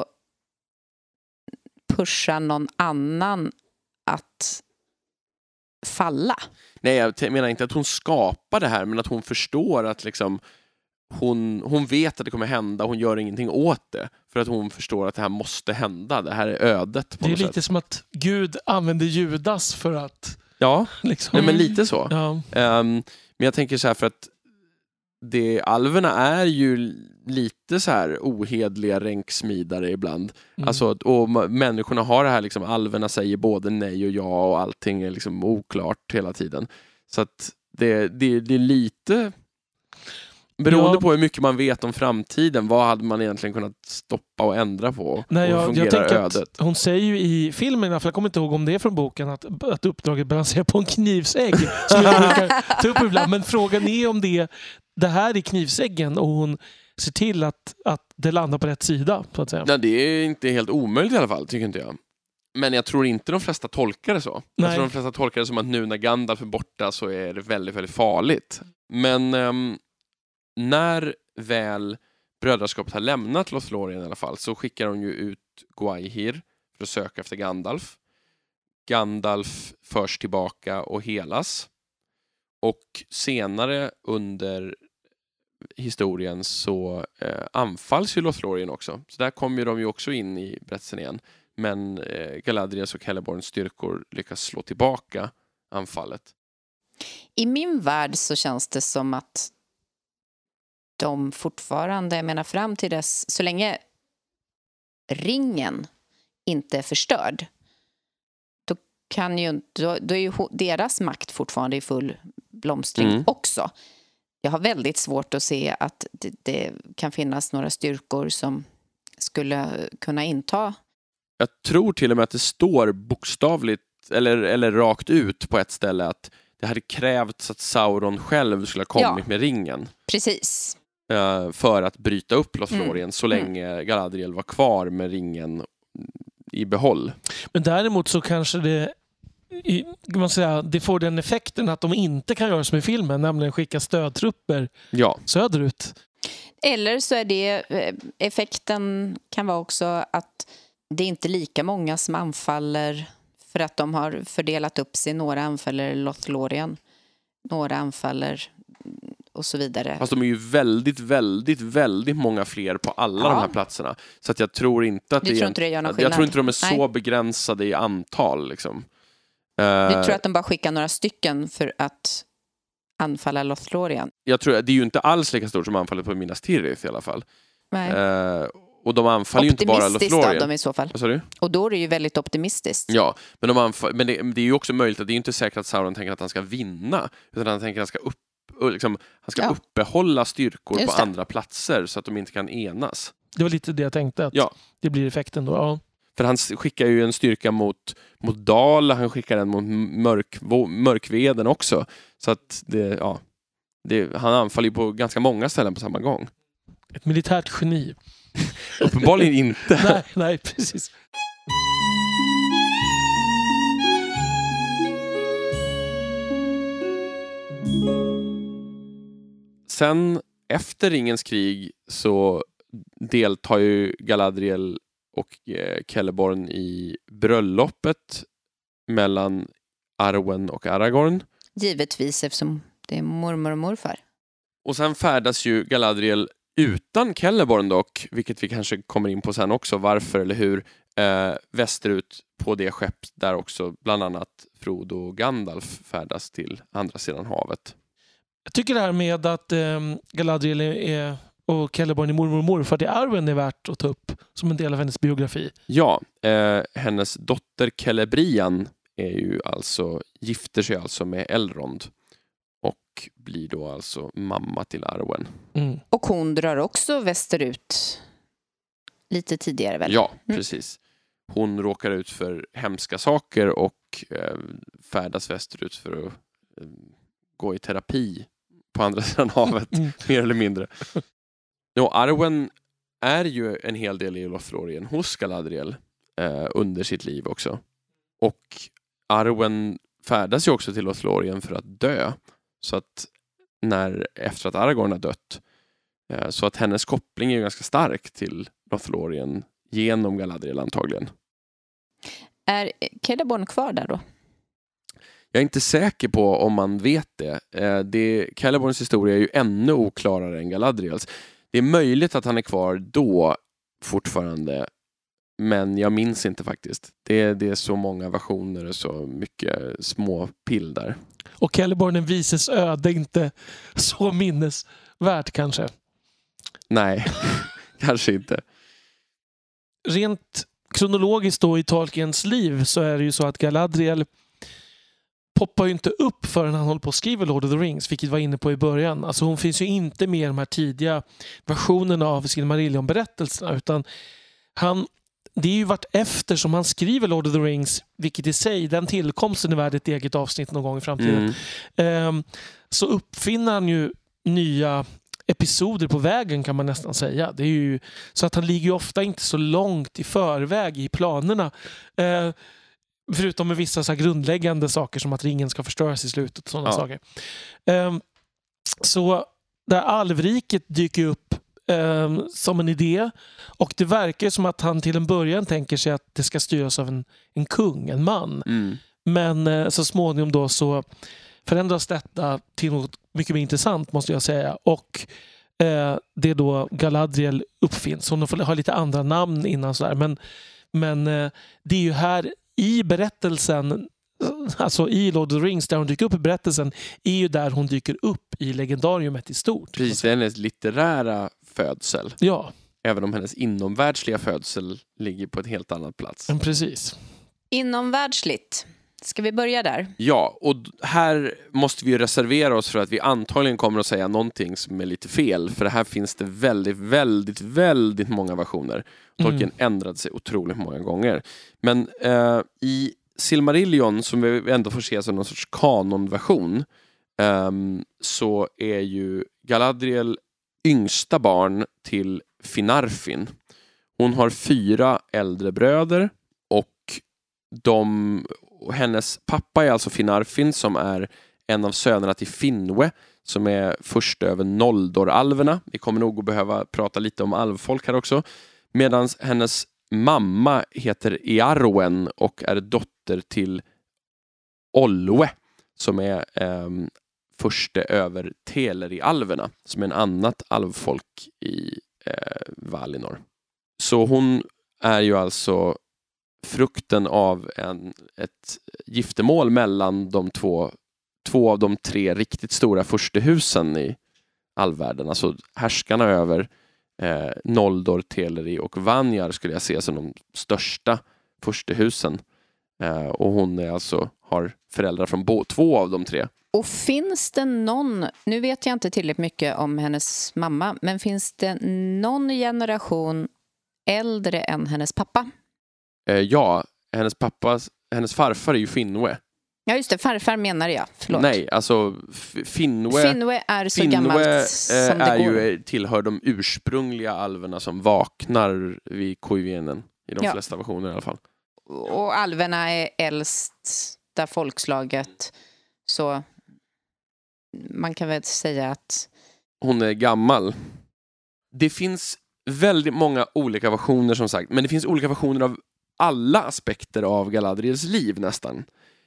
pushar någon annan att falla. Nej, jag menar inte att hon skapar det här, men att hon förstår att liksom hon vet att det kommer hända, hon gör ingenting åt det för att hon förstår att det här måste hända, det här är ödet på det är något lite sätt. Som att Gud använder Judas för att liksom. Nej, men lite så. Ja. Men jag tänker så här, för att alverna är ju lite så här ohedliga ränksmidare ibland. Alltså, och människorna har det här liksom, alverna säger både nej och ja och allting är liksom oklart hela tiden. Så att det är lite beroende på hur mycket man vet om framtiden, vad hade man egentligen kunnat stoppa och ändra på? Nej, och jag tänker ödet? Att hon säger ju i filmen, för jag kommer inte ihåg om det är från boken, att uppdraget balanserar på en knivsägg som jag brukar ta upp ibland. Men frågan är om det här är knivsäggen och hon ser till att det landar på rätt sida, så att säga. Nej, det är inte helt omöjligt i alla fall, tycker inte jag. Men jag tror inte de flesta tolkar det så. Jag tror de flesta tolkar det som att nu när Gandalf är borta så är det väldigt, väldigt farligt. Men när väl brödraskapet har lämnat Lothlorien i alla fall, så skickar de ju ut Gwaihir för att söka efter Gandalf. Gandalf förs tillbaka och helas. Och senare under historien så anfalls ju Lothlorien också. Så där kommer de ju också in i berättelsen igen. Men Galadriels och Celeborns styrkor lyckas slå tillbaka anfallet. I min värld så känns det som att de fortfarande, jag menar fram till dess, så länge ringen inte är förstörd, då är ju deras makt fortfarande i full blomstring också. Jag har väldigt svårt att se att det kan finnas några styrkor som skulle kunna inta. Jag tror till och med att det står bokstavligt eller rakt ut på ett ställe att det hade krävts att Sauron själv skulle ha kommit med ringen. Precis. För att bryta upp Lothlorien så länge Galadriel var kvar med ringen i behåll. Men däremot så kanske det får den effekten att de inte kan göra som i filmen, nämligen skicka stödtrupper söderut. Eller så är det effekten kan vara också att det är inte lika många som anfaller för att de har fördelat upp sig. Några anfaller Lothlorien, några anfaller och så vidare. Fast de är ju väldigt, väldigt, väldigt många fler på alla de här platserna. Så att jag tror inte att det gör någon skillnad. Jag tror inte de är så begränsade i antal liksom. Du tror att de bara skickar några stycken för att anfalla Lothlorien? Jag tror det är ju inte alls lika stort som anfallet på Minas Tirith i alla fall. Nej. Och de anfaller ju inte bara Lothlorien. Av dem i så fall. Vad sa du? Och då är det ju väldigt optimistiskt. Ja, men, det är ju också möjligt att det är inte säkert att Sauron tänker att han ska vinna, utan han tänker att han ska uppehålla styrkor på andra platser så att de inte kan enas. Det var lite det jag tänkte, att det blir effekten då. Ja. För han skickar ju en styrka mot Dal, han skickar den mot Mörkveden också. Så att han anfaller ju på ganska många ställen på samma gång. Ett militärt geni. Uppenbarligen inte. nej, precis. Sen efter Ringens krig så deltar ju Galadriel och Celeborn i bröllopet mellan Arwen och Aragorn. Givetvis, eftersom det är mormor och morfar. Och sen färdas ju Galadriel utan Celeborn dock, vilket vi kanske kommer in på sen också, varför eller hur, västerut på det skepp där också bland annat Frodo och Gandalf färdas till andra sidan havet. Jag tycker det här med att Galadriel och Celeborn är mormor och morfar till Arwen är värt att ta upp som en del av hennes biografi. Ja, hennes dotter Celebrian gifter sig alltså med Elrond och blir då alltså mamma till Arwen. Mm. Och hon drar också västerut lite tidigare väl? Ja, precis. Hon råkar ut för hemska saker och färdas västerut för att gå i terapi på andra sidan havet, mer eller mindre. Arwen är ju en hel del i Lothlorien hos Galadriel under sitt liv också. Och Arwen färdas ju också till Lothlorien för att dö. Så att efter att Aragorn har dött, så att hennes koppling är ganska stark till Lothlorien genom Galadriel antagligen. Är Celeborn kvar där då? Jag är inte säker på om man vet det. Celeborns historia är ju ännu oklarare än Galadriels. Det är möjligt att han är kvar då fortfarande, men jag minns inte faktiskt. Det är så många versioner och så mycket små pill där. Och Celeborn den vises öde inte så minnesvärt kanske? Nej, kanske inte. Rent kronologiskt då i Tolkiens liv så är det ju så att Galadriel poppar ju inte upp förrän han håller på att skriva Lord of the Rings, vilket var inne på i början. Alltså hon finns ju inte med i de här tidiga versionerna av Silmarillion-berättelserna, utan det är ju vart efter som han skriver Lord of the Rings, vilket i sig, den tillkomsten är värd ett eget avsnitt någon gång i framtiden. Så uppfinner han ju nya episoder på vägen, kan man nästan säga. Det är ju så att han ligger ju ofta inte så långt i förväg i planerna. Förutom med vissa så här grundläggande saker som att ringen ska förstöras i slutet och sådana saker. Så där alvriket dyker upp som en idé, och det verkar som att han till en början tänker sig att det ska styras av en kung, en man. Men så småningom då så förändras detta till något mycket mer intressant, måste jag säga, och det är då Galadriel uppfinns. Hon har lite andra namn innan sådär, men det är ju här i berättelsen, alltså i Lord of the Rings, där hon dyker upp i berättelsen, är ju där hon dyker upp i legendariumet i stort. Precis, det är hennes litterära födsel. Ja. Även om hennes inomvärldsliga födsel ligger på ett helt annat plats. Precis. Inomvärldsligt. Ska vi börja där? Ja, och här måste vi reservera oss för att vi antagligen kommer att säga någonting som är lite fel. För här finns det väldigt, väldigt, väldigt många versioner. Tolkien ändrade sig otroligt många gånger. Men i Silmarillion, som vi ändå får se som någon sorts kanonversion, så är ju Galadriel yngsta barn till Finarfin. Hon har 4 äldre bröder hennes pappa är alltså Finarfin, som är en av sönerna till Finwë, som är först över Noldor-alverna. Vi kommer nog att behöva prata lite om alvfolk här också. Medan hennes mamma heter Earwen och är dotter till Olwe, som är förste över Teleri-alverna, som är en annat alvfolk i Valinor. Så hon är ju alltså frukten av ett giftermål mellan de två av de 3 riktigt stora furstehusen i allvärlden. Alltså härskarna över Noldor, Teleri och Vanyar skulle jag se som de största furstehusen. Och hon är alltså, har föräldrar från 2 av de 3. Och finns det någon, nu vet jag inte tillräckligt mycket om hennes mamma, men finns det någon generation äldre än hennes pappa? Ja, hennes farfar är ju Finwë. Ja just det, farfar menar jag. Förlåt. Nej, alltså Finwë är så gammalt som det går. Tillhör de ursprungliga alverna som vaknar vid Koivenen i de flesta versioner i alla fall. Och alverna är äldsta folkslaget, så man kan väl säga att hon är gammal. Det finns väldigt många olika versioner som sagt, men det finns olika versioner av alla aspekter av Galadriels liv nästan.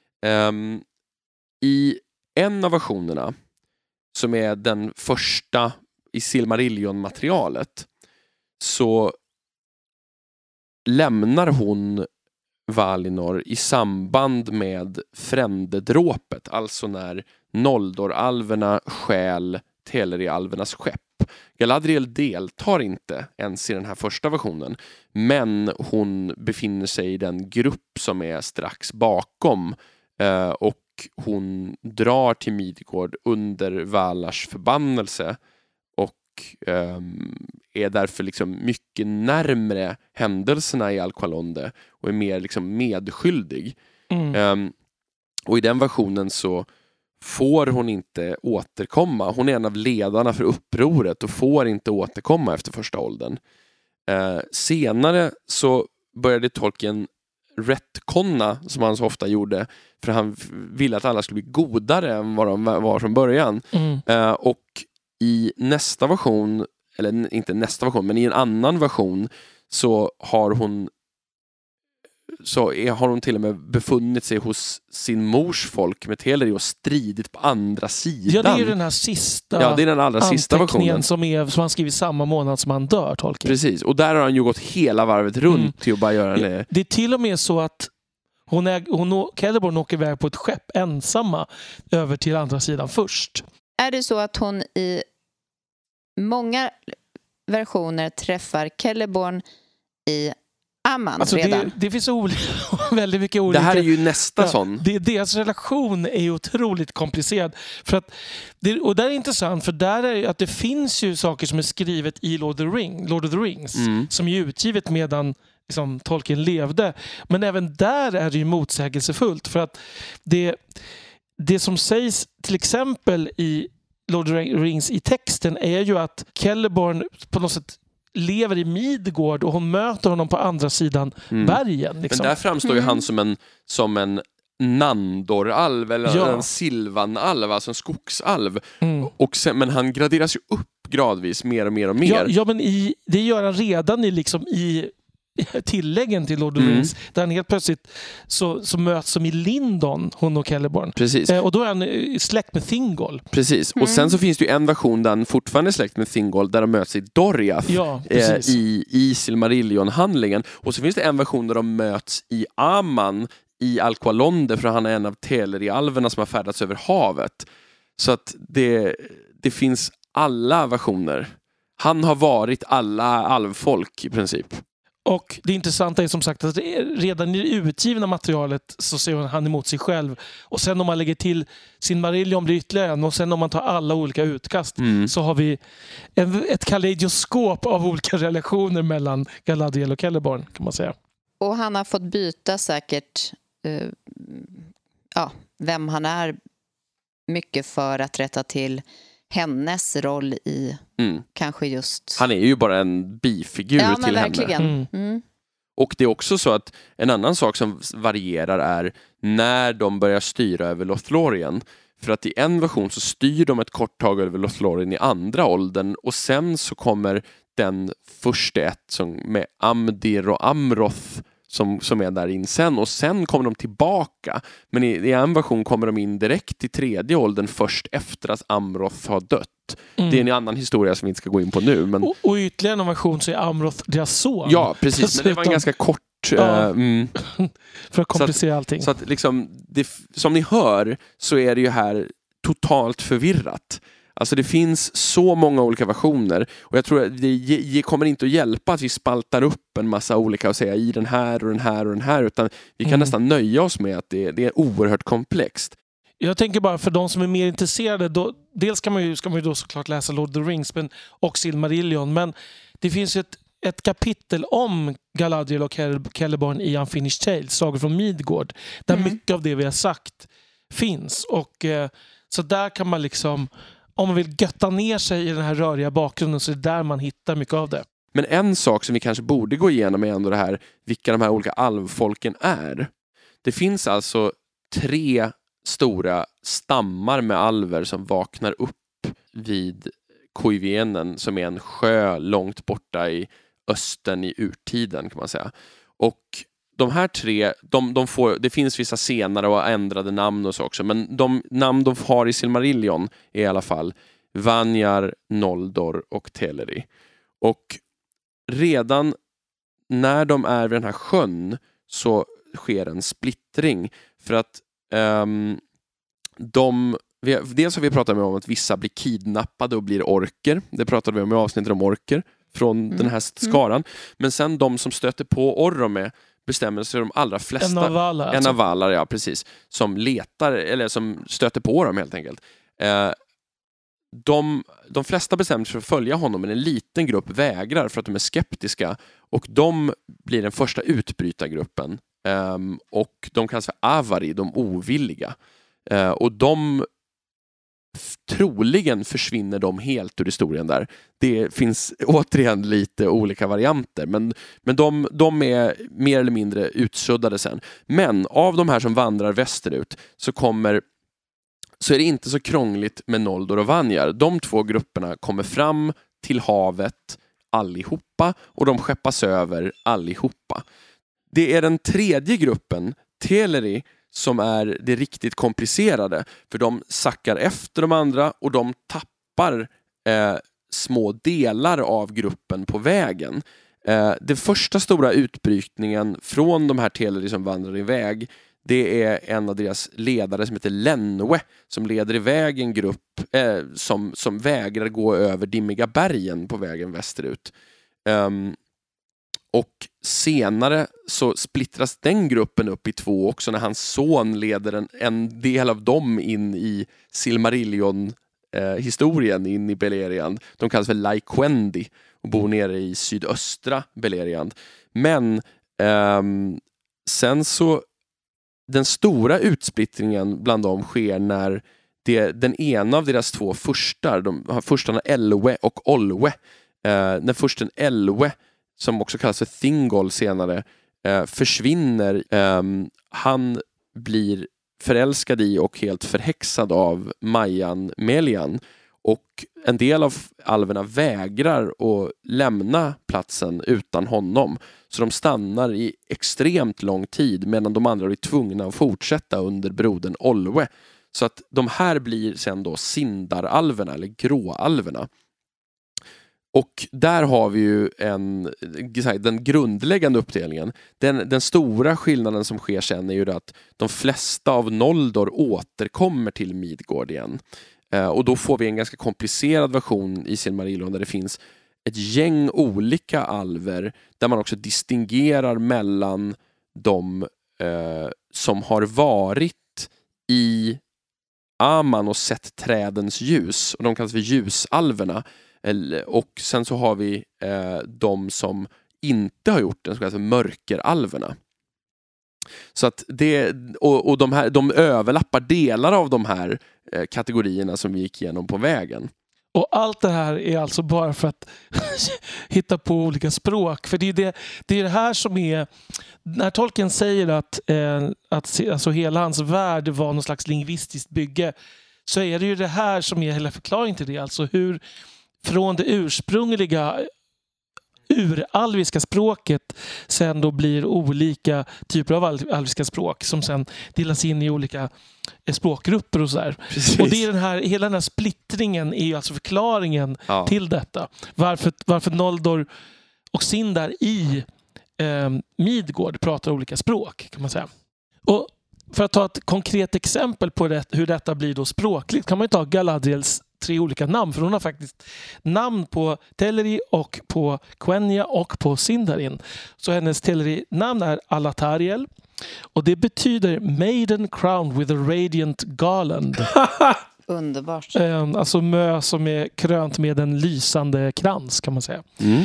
I en av versionerna, som är den första i Silmarillion-materialet, så lämnar hon Valinor i samband med Frändedråpet, alltså när Noldor-alverna stjäl Teleri-alvernas skepp. Galadriel deltar inte ens i den här första versionen, men hon befinner sig i den grupp som är strax bakom, och hon drar till Midgård under Valars förbannelse och är därför liksom mycket närmre händelserna i Alqualonde och är mer liksom medskyldig. Och i den versionen så får hon inte återkomma. Hon är en av ledarna för upproret och får inte återkomma efter första åldern. Senare så började Tolkien retconna, som han så ofta gjorde, för han ville att alla skulle bli godare än vad de var från början. Och i nästa version, eller inte nästa version, men i en annan version så har hon till och med befunnit sig hos sin mors folk med Teleri och stridit på andra sidan. Ja, det är ju den här sista, ja, det är den allra sista versionen som han skriver samma månad som han dör, Tolkien. Precis, och där har han ju gått hela varvet runt till att bara göra det. Det är till och med så att Celeborn åker iväg på ett skepp ensamma över till andra sidan först. Är det så att hon i många versioner träffar Celeborn i Amman alltså redan? Det finns väldigt mycket olika. Det här är ju nästa sån. Deras relation är ju otroligt komplicerad. Och det är intressant, för där är att det finns ju saker som är skrivet i Lord of the Rings som är utgivet medan liksom Tolkien levde. Men även där är det ju motsägelsefullt, för att det som sägs till exempel i Lord of the Rings i texten är ju att Celeborn på något sätt lever i Midgård och hon möter honom på andra sidan bergen. Liksom. Men där framstår ju han som en Nandor-alv eller en Silvan-alv, alltså en skogsalv. Men han graderas ju upp gradvis mer och mer och mer. Ja, men det gör han redan i tilläggen till Lord of the Rings, där han helt plötsligt så möts som i Lindon, hon och Celeborn. Precis. Och då är han släkt med Thingol. Precis. Och sen så finns det ju en version där han fortfarande är släkt med Thingol, där de möts i Doriath i Silmarillion-handlingen. Och så finns det en version där de möts i Aman i Alqualonde, för han är en av Teleri-alverna som har färdats över havet. Så att det finns alla versioner. Han har varit alla alvfolk i princip. Och det intressanta är som sagt att redan i det utgivna materialet så ser han emot sig själv. Och sen om man lägger till Silmarillion blir ytterligare en, och sen om man tar alla olika utkast så har vi ett kaleidoskop av olika relationer mellan Galadriel och Celeborn, kan man säga. Och han har fått byta säkert vem han är mycket för att rätta till hennes roll i kanske just... Han är ju bara en bifigur till verkligen. henne. Och det är också så att en annan sak som varierar är när de börjar styra över Lothlorien. För att i en version så styr de ett kort tag över Lothlorien i andra åldern, och sen så kommer den första ett som med Amdir och Amroth som är där in sen, och sen kommer de tillbaka. Men i en version kommer de in direkt i tredje åldern först efter att Amroth har dött. Det är en annan historia som vi inte ska gå in på nu. Men... Och i ytterligare en version så är Amroth deras son. Ja, precis. Men det var en ganska kort... För att komplicera allting. Så att liksom, som ni hör så är det ju här totalt förvirrat. Alltså det finns så många olika versioner, och jag tror att det kommer inte att hjälpa att vi spaltar upp en massa olika och säga i den här och den här och den här, utan vi kan nästan nöja oss med att det är oerhört komplext. Jag tänker bara för de som är mer intresserade, då, dels ska man ju då såklart läsa Lord of the Rings och Silmarillion, men det finns ju ett kapitel om Galadriel och Celeborn i Unfinished Tales, Sagor från Midgård, där mycket av det vi har sagt finns. Och så där kan man liksom, om man vill götta ner sig i den här röriga bakgrunden, så är det där man hittar mycket av det. Men en sak som vi kanske borde gå igenom är ändå det här, vilka de här olika alvfolken är. Det finns alltså 3 stora stammar med alver som vaknar upp vid Koivenen, som är en sjö långt borta i östern i urtiden kan man säga. Och de här 3, de får, det finns vissa senare och ändrade namn och så också, men de namn de har i Silmarillion är i alla fall Vanyar, Noldor och Teleri. Och redan när de är vid den här sjön så sker en splittring, för att dels har vi pratat om att vissa blir kidnappade och blir orker. Det pratade vi om i avsnittet om orker från den här skaran. Men sen de som stöter på Orome bestämmer sig de allra flesta. En av Valar, ja precis. Som letar, eller som stöter på dem helt enkelt. De flesta bestämmer sig för att följa honom, men en liten grupp vägrar för att de är skeptiska. Och de blir den första utbrytargruppen. Och de kallas för Avari, de ovilliga. Och de troligen försvinner de helt ur historien där. Det finns återigen lite olika varianter, men de är mer eller mindre utsuddade sen. Men av de här som vandrar västerut så är det inte så krångligt med Noldor och Vanyar. De 2 grupperna kommer fram till havet allihopa, och de skeppas över allihopa. Det är den 3:e gruppen, Teleri, som är det riktigt komplicerade, för de sackar efter de andra och de tappar små delar av gruppen på vägen. Den första stora utbrytningen från de här Teleri som vandrar iväg, det är en av deras ledare som heter Lenwe, som leder iväg en grupp som vägrar gå över Dimmiga bergen på vägen västerut. Och senare så splittras den gruppen upp i 2 också, när hans son leder en del av dem in i Silmarillion-historien, in i Beleriand. De kallas för Lyquendi och bor nere i sydöstra Beleriand. Men sen så den stora utsplittringen bland dem sker när den ena av deras 2 furstarna Elwe och Olwe, när fursten Elwe, som också kallas för Thingol senare, försvinner. Han blir förälskad i och helt förhäxad av Majan Melian, och en del av alverna vägrar att lämna platsen utan honom, så de stannar i extremt lång tid, medan de andra är tvungna att fortsätta under brodern Olwe. Så att de här blir sen då Sindaralverna eller Gråalverna. Och där har vi ju den grundläggande uppdelningen. Den stora skillnaden som sker sen är ju att de flesta av Noldor återkommer till Midgård igen. Och då får vi en ganska komplicerad version i Silmarillion där det finns ett gäng olika alver, där man också distingerar mellan de som har varit i Aman och sett trädens ljus, och de kallas för ljusalverna. Och sen så har vi de som inte har gjort det, som kallas för mörkeralverna. Så att de överlappar delar av de här kategorierna som vi gick igenom på vägen. Och allt det här är alltså bara för att hitta på olika språk. För det är det här som är... När Tolkien säger att alltså hela hans värld var någon slags lingvistiskt bygge, så är det ju det här som är hela förklaringen till det. Alltså hur från det ursprungliga uralviska språket sen då blir olika typer av alviska språk som sen delas in i olika språkgrupper och sådär. Och det är hela den här splittringen är ju alltså förklaringen till detta. Varför Noldor och Sindar i Midgård pratar olika språk, kan man säga. Och för att ta ett konkret exempel på hur detta blir då språkligt kan man ju ta Galadriels 3 olika namn. För hon har faktiskt namn på Teleri och på Quenya och på Sindarin. Så hennes Teleri-namn är Alatariel. Och det betyder Maiden crowned with a radiant garland. Underbart. Alltså mö som är krönt med en lysande krans, kan man säga.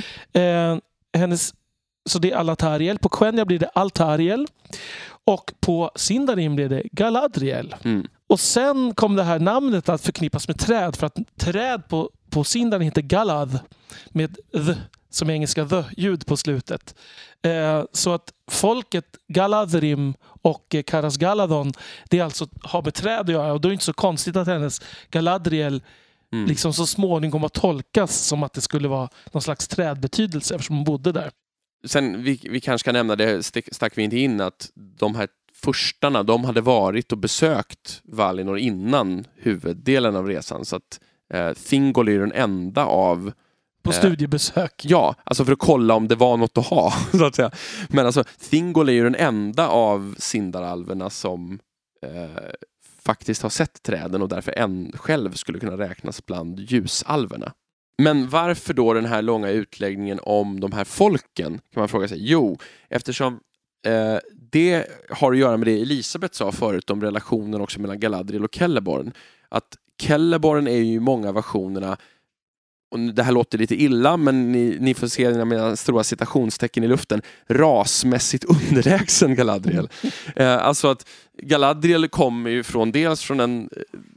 Så det är Alatariel. På Quenya blir det Altariel. Och på Sindarin blir det Galadriel. Och sen kom det här namnet att förknippas med träd. För att träd på Sindarin heter Galad. Med the, som engelska the-ljud på slutet. Så att folket Galadrim och Karas Galadon, det alltså har med träd att göra. Och då är det inte så konstigt att hennes Galadriel liksom så småningom kommer att tolkas som att det skulle vara någon slags trädbetydelse eftersom hon bodde där. Sen vi kanske kan nämna, det stack vi inte in, att de här förstarna, de hade varit och besökt Valinor innan huvuddelen av resan. Så att Thingol är den enda av... På studiebesök. Ja, alltså för att kolla om det var något att ha, så att säga. Men alltså, Thingol är ju den enda av Sindaralverna som faktiskt har sett träden och därför själv skulle kunna räknas bland ljusalverna. Men varför då den här långa utläggningen om de här folken, kan man fråga sig? Jo, eftersom det har att göra med det Elisabeth sa förut om relationen också mellan Galadriel och Celeborn. Att Celeborn är ju i många versionerna, och det här låter lite illa, men ni får se mina stora citationstecken i luften, rasmässigt underlägsen Galadriel. Alltså att Galadriel kommer ju dels från en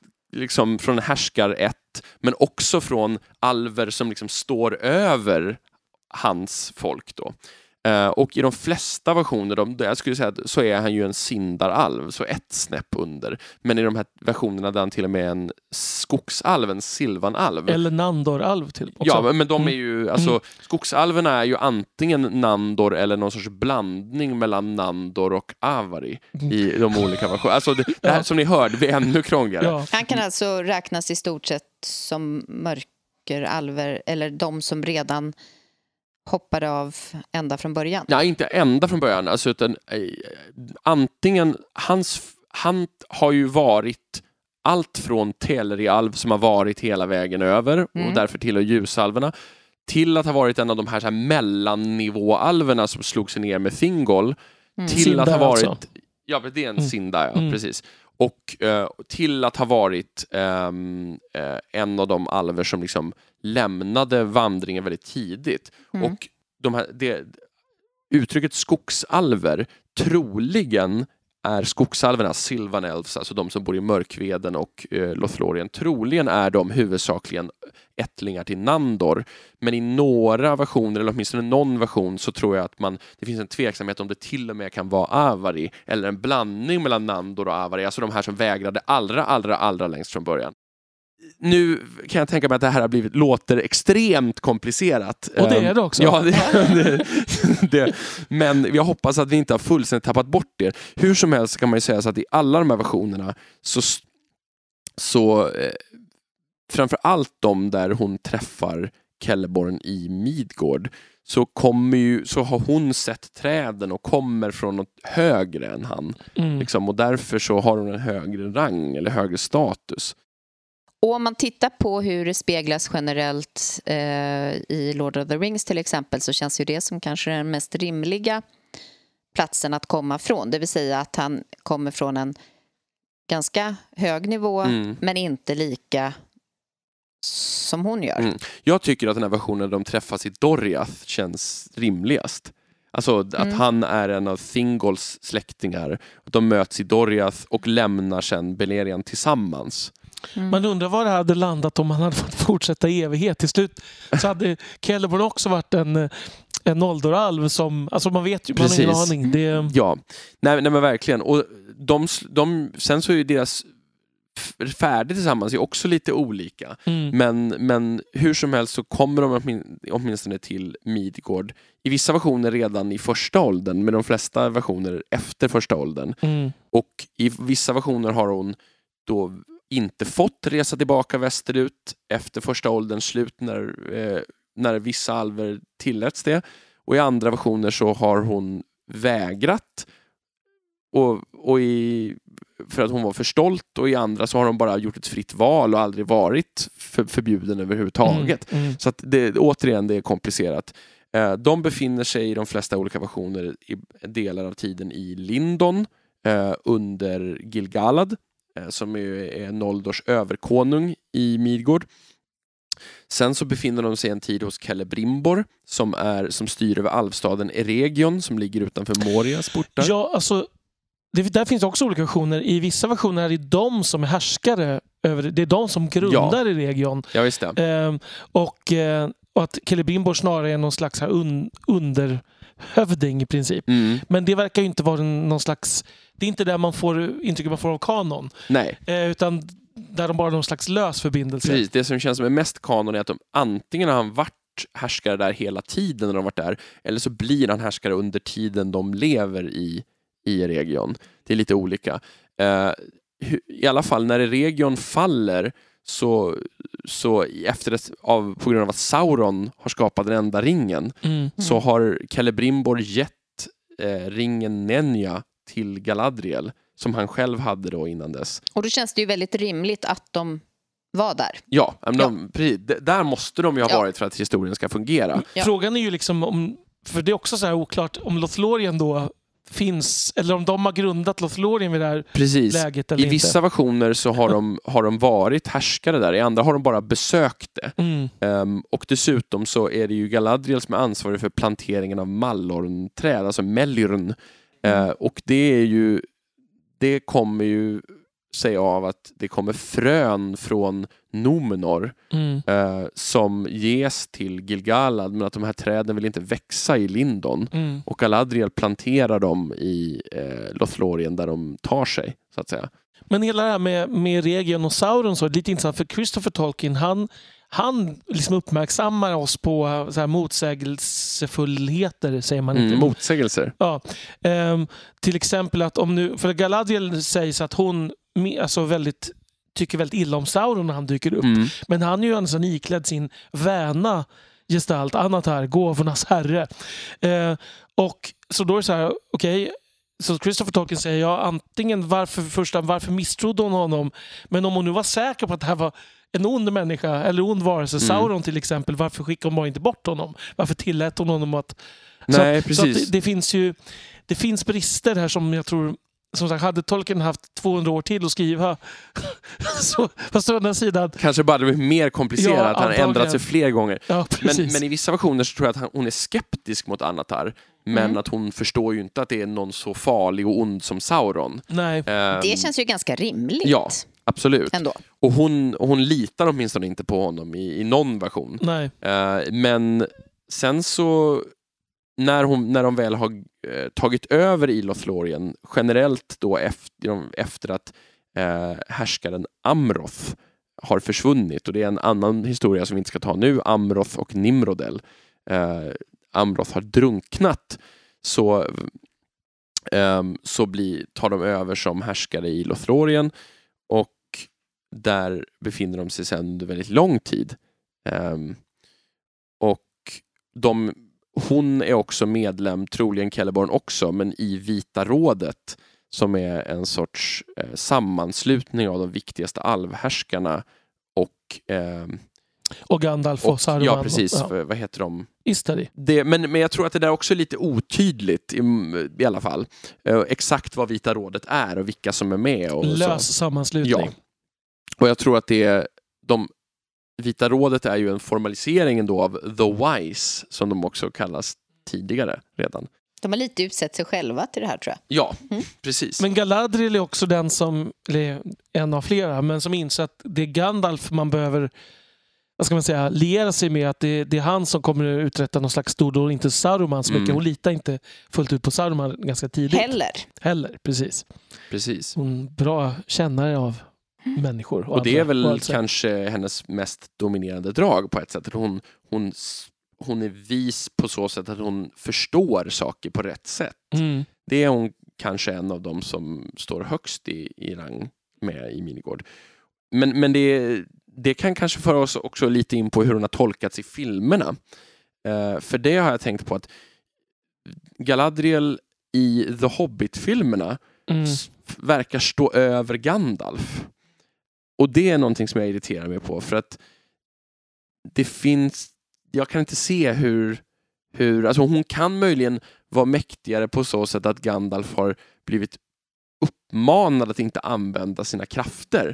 härskar men också från alver som liksom står över hans folk då. Och i de flesta versioner, jag skulle säga att så är han ju en Sindaralv, så ett snäpp under. Men i de här versionerna där han till och med är en skogsalv, en silvanalv. Eller Nandoralv till också. Ja, men de är ju, alltså skogsalverna är ju antingen Nandor eller någon sorts blandning mellan Nandor och Avari i de olika versionerna. Alltså det här som ni hörde, vi är ännu krångligare. Ja. Han kan alltså räknas i stort sett som mörkeralver, eller de som redan hoppade av ända från början? Ja, inte ända från början. Alltså, utan, antingen, han har ju varit allt från Teleri-alv som har varit hela vägen över och därför tillhör ljusalverna, till att ha varit en av de här mellannivåalverna som slog sig ner med Thingol, till Sinda att ha varit... Alltså. Ja, det är en Sinda, ja, precis. Och till att ha varit en av de alver som liksom lämnade vandringen väldigt tidigt. Och uttrycket skogsalver troligen är skogsalverna, Sylvanelves, alltså de som bor i Mörkveden och Lothlorien, troligen är de huvudsakligen ättlingar till Nandor. Men i några versioner, eller åtminstone någon version, så tror jag att det finns en tveksamhet om det till och med kan vara Avari, eller en blandning mellan Nandor och Avari, alltså de här som vägrade allra längst från början. Nu kan jag tänka mig att det här låter extremt komplicerat. Och det är det också. Ja, det. Men jag hoppas att vi inte har fullständigt tappat bort det. Hur som helst kan man ju säga så att i alla de här versionerna så framför allt de där hon träffar Celeborn i Midgård, så har hon sett träden och kommer från något högre än han. Liksom, och därför så har hon en högre rang eller högre status. Och om man tittar på hur det speglas generellt i Lord of the Rings till exempel, så känns ju det som kanske den mest rimliga platsen att komma från. Det vill säga att han kommer från en ganska hög nivå men inte lika som hon gör. Jag tycker att den här versionen de träffas i Doriath känns rimligast. Alltså att han är en av Thingolls släktingar. De möts i Doriath och lämnar sen Beleriand tillsammans. Man undrar var det hade landat om man hade fått fortsätta i evighet. Till slut så hade Celeborn också varit en Noldor-alv som... Alltså man vet ju, man har ingen aning. Ja, nej men verkligen. Och sen så är ju deras färder tillsammans är också lite olika. Men hur som helst så kommer de åtminstone till Midgård i vissa versioner redan i första åldern, men de flesta versioner efter första åldern. Och i vissa versioner har hon då inte fått resa tillbaka västerut efter första ålderns slut när vissa alver tilläts det. Och i andra versioner så har hon vägrat för att hon var för stolt, och i andra så har hon bara gjort ett fritt val och aldrig varit förbjuden överhuvudtaget. Så att det är komplicerat. De befinner sig i de flesta olika versioner i delar av tiden i Lindon under Gil-galad som är Noldors överkonung i Midgård. Sen så befinner de sig en tid hos Celebrimbor som styr över alvstaden Eregion som ligger utanför Morias portar. Ja, alltså där finns också olika versioner. I vissa versioner är det de som är härskare över det. Det är de som grundar Eregion. Ja, visst det. Och att Celebrimbor snarare är någon slags här underhövding i princip. Men det verkar ju inte vara någon slags... Det är inte där man får intrycket man får av kanon. Nej. Utan där de bara har någon slags lös förbindelse. Precis, det som känns som är mest kanon är att de antingen har han varit härskare där hela tiden när de varit där, eller så blir han härskare under tiden de lever i Eregion. Det är lite olika. I alla fall när Eregion faller så på grund av att Sauron har skapat den enda ringen så har Celebrimbor gett ringen Nenya till Galadriel som han själv hade då innan dess. Och då känns det ju väldigt rimligt att de var där. Ja, precis. Där måste de ju ha varit för att historien ska fungera. Ja. Frågan är ju liksom för det är också så här oklart om Lothlorien då finns, eller om de har grundat Lothlorien vid det här läget eller i vissa versioner så har de varit härskare där, i andra har de bara besökt det. Och dessutom så är det ju Galadriel som är ansvarig för planteringen av mallornträd, alltså Melyrn. Och det kommer ju sig av att det kommer frön från Númenor som ges till Gil-galad, men att de här träden vill inte växa i Lindon. Och Galadriel planterar dem i Lothlorien där de tar sig, så att säga. Men hela det här med Eregion och Sauron så är det lite intressant, för Christopher Tolkien han liksom uppmärksammar oss på så här motsägelsefullheter, säger man inte. Motsägelser. Ja. Till exempel att för Galadriel sägs att hon tycker väldigt illa om Sauron när han dyker upp. Men han är ju alltså iklädd sin väna gestalt, Anatar, gåvornas herre. Och så då är det så här, okej, så Christopher Tolkien säger antingen varför misstrodde hon honom, men om hon nu var säker på att det här var en ond människa eller ond varelse, Sauron till exempel, varför skickade hon bara inte bort honom? Varför tillät hon honom att... Nej, precis. Så det finns brister här som jag tror, som sagt, hade Tolkien haft 200 år till att skriva så fast å andra sidan kanske bara det blir mer komplicerat, han har ändrat sig fler gånger. Ja, men i vissa versioner så tror jag att hon är skeptisk mot Anatar, men att hon förstår ju inte att det är någon så farlig och ond som Sauron. Nej. Det känns ju ganska rimligt. Ja, absolut. Ändå. Och hon litar åtminstone inte på honom i någon version. Nej. Men sen så när de väl har tagit över i Lothlorien generellt då efter att härskaren Amroth har försvunnit, och det är en annan historia som vi inte ska ta nu, Amroth och Nimrodel. Amroth har drunknat, så tar de över som härskare i Lothlorien, och där befinner de sig sedan under väldigt lång tid. Och hon är också medlem, troligen Celeborn också, men i Vita rådet, som är en sorts sammanslutning av de viktigaste alvhärskarna och Gandalf och Saruman. Ja, precis. Vad heter de? Istari. Men jag tror att det där också är lite otydligt i alla fall. Exakt vad Vita rådet är och vilka som är med. Och lös sammanslutning. Ja. Och jag tror att Vita rådet är ju en formalisering då av The Wise, som de också kallas tidigare redan. De har lite utsett sig själva till det här, tror jag. Ja, precis. Men Galadriel är också den som, eller en av flera, men som inser att det är Gandalf man behöver, vad ska man säga, liera sig med, att det är han som kommer att uträtta någon slags stordåd, inte Saruman så mycket. Hon litar inte fullt ut på Saruman ganska tidigt. Heller, precis. Hon är bra kännare av människor. Och det är väl kanske hennes mest dominerande drag på ett sätt. Hon är vis på så sätt att hon förstår saker på rätt sätt. Det är hon kanske en av dem som står högst i rang med i Minigård. Men det kan kanske föra oss också lite in på hur hon har tolkats i filmerna. För det har jag tänkt på att Galadriel i The Hobbit-filmerna verkar stå över Gandalf. Och det är någonting som jag irriterar mig på, för att det finns, jag kan inte se hur alltså hon kan möjligen vara mäktigare på så sätt att Gandalf har blivit uppmanad att inte använda sina krafter.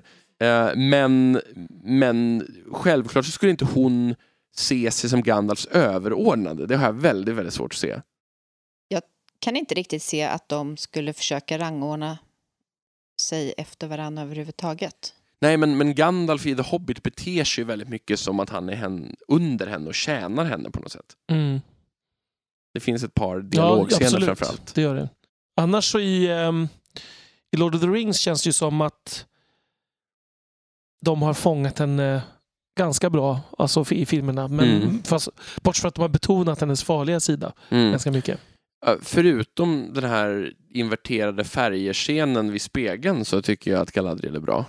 Men självklart så skulle inte hon se sig som Gandalfs överordnade. Det har jag väldigt, väldigt svårt att se. Jag kan inte riktigt se att de skulle försöka rangordna sig efter varandra överhuvudtaget. Nej, men Gandalf i The Hobbit beter sig väldigt mycket som att han är under henne och tjänar henne på något sätt. Det finns ett par dialogscener framförallt. Det gör det. Annars så i Lord of the Rings känns det ju som att de har fångat henne ganska bra, alltså i filmerna. Men fast, bortsett från att de har betonat hennes farliga sida ganska mycket. Förutom den här inverterade färger-scenen vid spegeln så tycker jag att Galadriel är bra.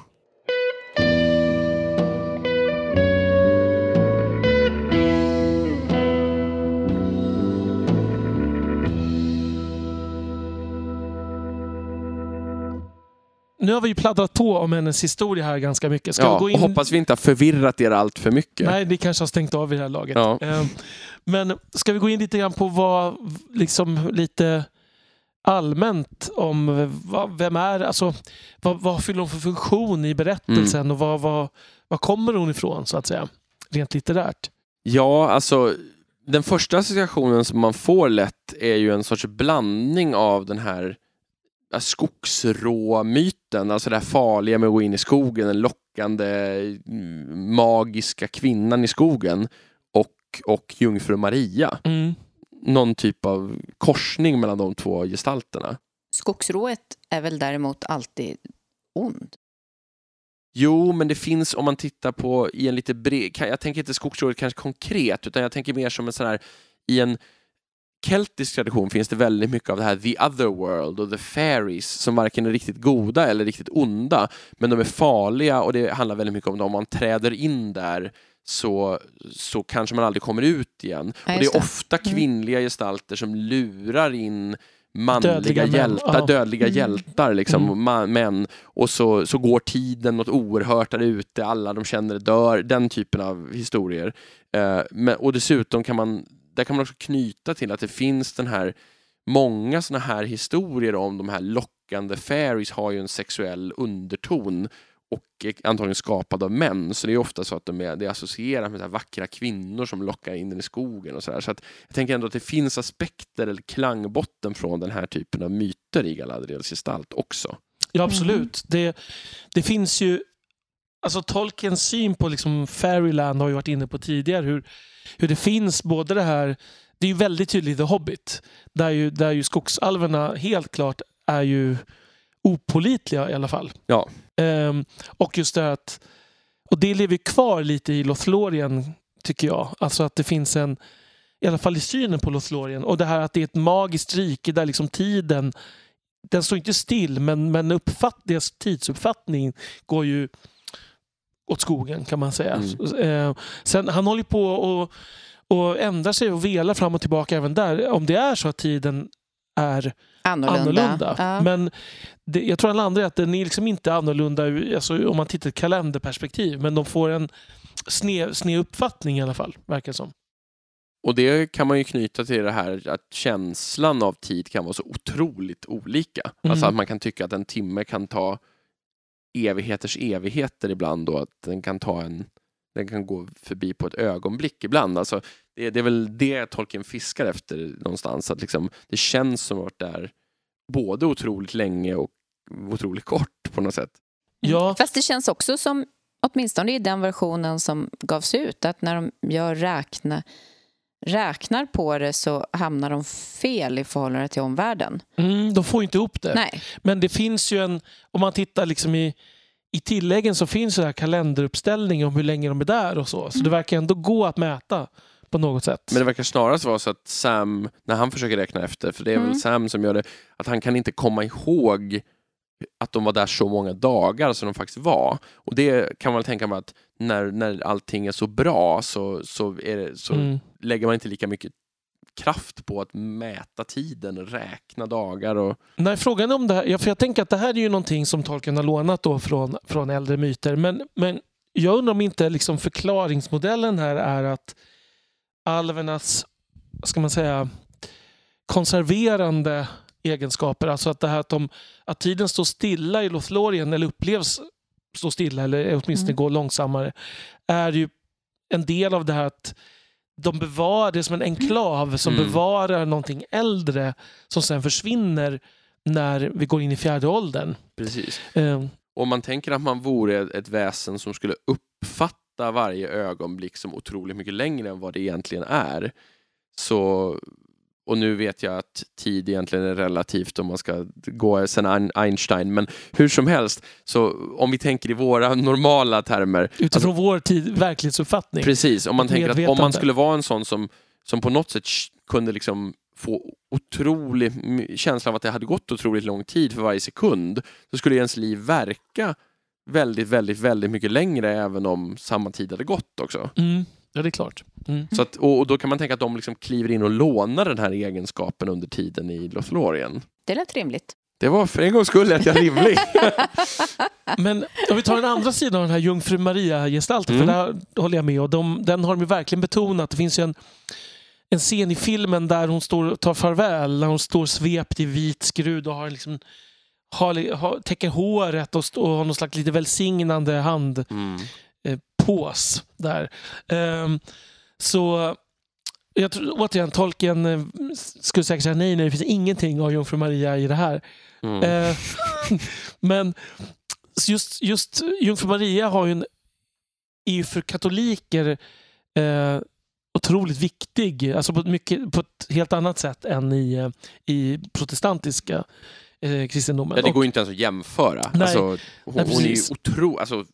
Nu har vi ju pladdrat på om hennes historia här ganska mycket. Ska vi gå in... och hoppas vi inte har förvirrat er allt för mycket. Nej, det kanske har stängt av i det här laget. Ja. Men ska vi gå in lite grann på vad, liksom lite allmänt om vem är, alltså vad fyller hon för funktion i berättelsen och vad kommer hon ifrån, så att säga, rent litterärt? Ja, alltså den första associationen som man får lätt är ju en sorts blandning av den här skogsrå-myten, alltså det här farliga med att gå in i skogen, den lockande magiska kvinnan i skogen och jungfru Maria. Någon typ av korsning mellan de två gestalterna. Skogsrået är väl däremot alltid ond? Jo, men det finns, om man tittar på i en lite bred, jag tänker inte skogsrået kanske konkret, utan jag tänker mer som en sån här, i en keltisk tradition finns det väldigt mycket av det här the other world och the fairies som varken är riktigt goda eller riktigt onda, men de är farliga och det handlar väldigt mycket om dem. Om man träder in där så kanske man aldrig kommer ut igen. Och det är ofta kvinnliga gestalter som lurar in manliga dödliga hjältar liksom, män, och så går tiden något oerhört där ute, alla de känner dör, den typen av historier. Och dessutom kan man också knyta till att det finns den här, många såna här historier om de här lockande fairies har ju en sexuell underton och antagligen skapad av män, så det är ofta så att det är associerat med så här vackra kvinnor som lockar in i skogen och sådär. Så att jag tänker ändå att det finns aspekter eller klangbotten från den här typen av myter i Galadriels gestalt också. Ja, absolut. Det finns ju, alltså Tolkiens syn på liksom Fairyland har ju varit inne på tidigare, hur det finns både det här, det är ju väldigt tydligt i The Hobbit, där ju skogsalverna helt klart är ju opålitliga i alla fall. Ja. Och just det att, och det lever kvar lite i Lothlorien, tycker jag. Alltså att det finns en, i alla fall i synen på Lothlorien, och det här att det är ett magiskt rike där liksom tiden, den står inte still, men deras tidsuppfattning går ju åt skogen, kan man säga. Sen han håller på och ändrar sig och velar fram och tillbaka även där, om det är så att tiden är annorlunda. Ja. Men jag tror alla andra är att den är liksom inte annorlunda, alltså, om man tittar i ett kalenderperspektiv, men de får en sned uppfattning i alla fall, verkar som. Och det kan man ju knyta till det här att känslan av tid kan vara så otroligt olika. Alltså att man kan tycka att en timme kan ta evigheter ibland, och att den kan gå förbi på ett ögonblick ibland. Alltså Det är väl det Tolkien fiskar efter någonstans. Att liksom, det känns som att det är både otroligt länge och otroligt kort på något sätt. Ja. Fast det känns också som, åtminstone i den versionen som gavs ut, att när de gör räknar på det så hamnar de fel i förhållande till omvärlden. De får inte ihop det. Nej. Men det finns ju om man tittar liksom i tilläggen så finns det här kalenderuppställning om hur länge de är där och så. Så det verkar ändå gå att mäta på något sätt. Men det verkar snarast vara så att Sam, när han försöker räkna efter, för det är väl Sam som gör det, att han kan inte komma ihåg att de var där så många dagar som de faktiskt var. Och det kan man väl tänka mig att när allting är så bra så lägger man inte lika mycket kraft på att mäta tiden, räkna dagar och... Nej, frågan om det här, för jag tänker att det här är ju någonting som Tolkien har lånat då från äldre myter, men jag undrar om inte liksom förklaringsmodellen här är att alvernas, vad ska man säga, konserverande egenskaper, alltså att det här att tiden står stilla i Lothlorien eller upplevs stå stilla eller åtminstone gå långsammare, är ju en del av det här att de bevarar det som en enklav som bevarar någonting äldre som sen försvinner när vi går in i fjärde åldern. Precis. Om man tänker att man vore ett väsen som skulle uppfatta varje ögonblick som otroligt mycket längre än vad det egentligen är, så... Och nu vet jag att tid egentligen är relativt om man ska gå sen Einstein. Men hur som helst, så om vi tänker i våra normala termer. Utifrån vår verklighetsuppfattning. Precis, om man tänker att om man skulle vara en sån som på något sätt kunde liksom få otrolig känsla av att det hade gått otroligt lång tid för varje sekund, så skulle ens liv verka väldigt, väldigt, väldigt mycket längre även om samma tid hade gått också. Ja, det är klart. Så att, och då kan man tänka att de liksom kliver in och lånar den här egenskapen under tiden i Lothlorien. Det lät rimligt. Det var för en gångs skull att jag rimlig. Men om vi tar den andra sidan av den här Jungfru Maria-gestalten, för där håller jag med, och den har de ju verkligen betonat. Det finns ju en scen i filmen där hon tar farväl, när hon står svept i vit skrud och har liksom täcker håret och har någon slags lite välsignande hand pås där. Så jag tror återigen Tolkien skulle säkert säga nej, det finns ingenting av Jungfru Maria i det här. Men just Jungfru Maria är ju för katoliker otroligt viktig, alltså på ett helt annat sätt än i protestantiska kristendomen. Ja, det går ju inte ens att jämföra. Nej, alltså, hon är ju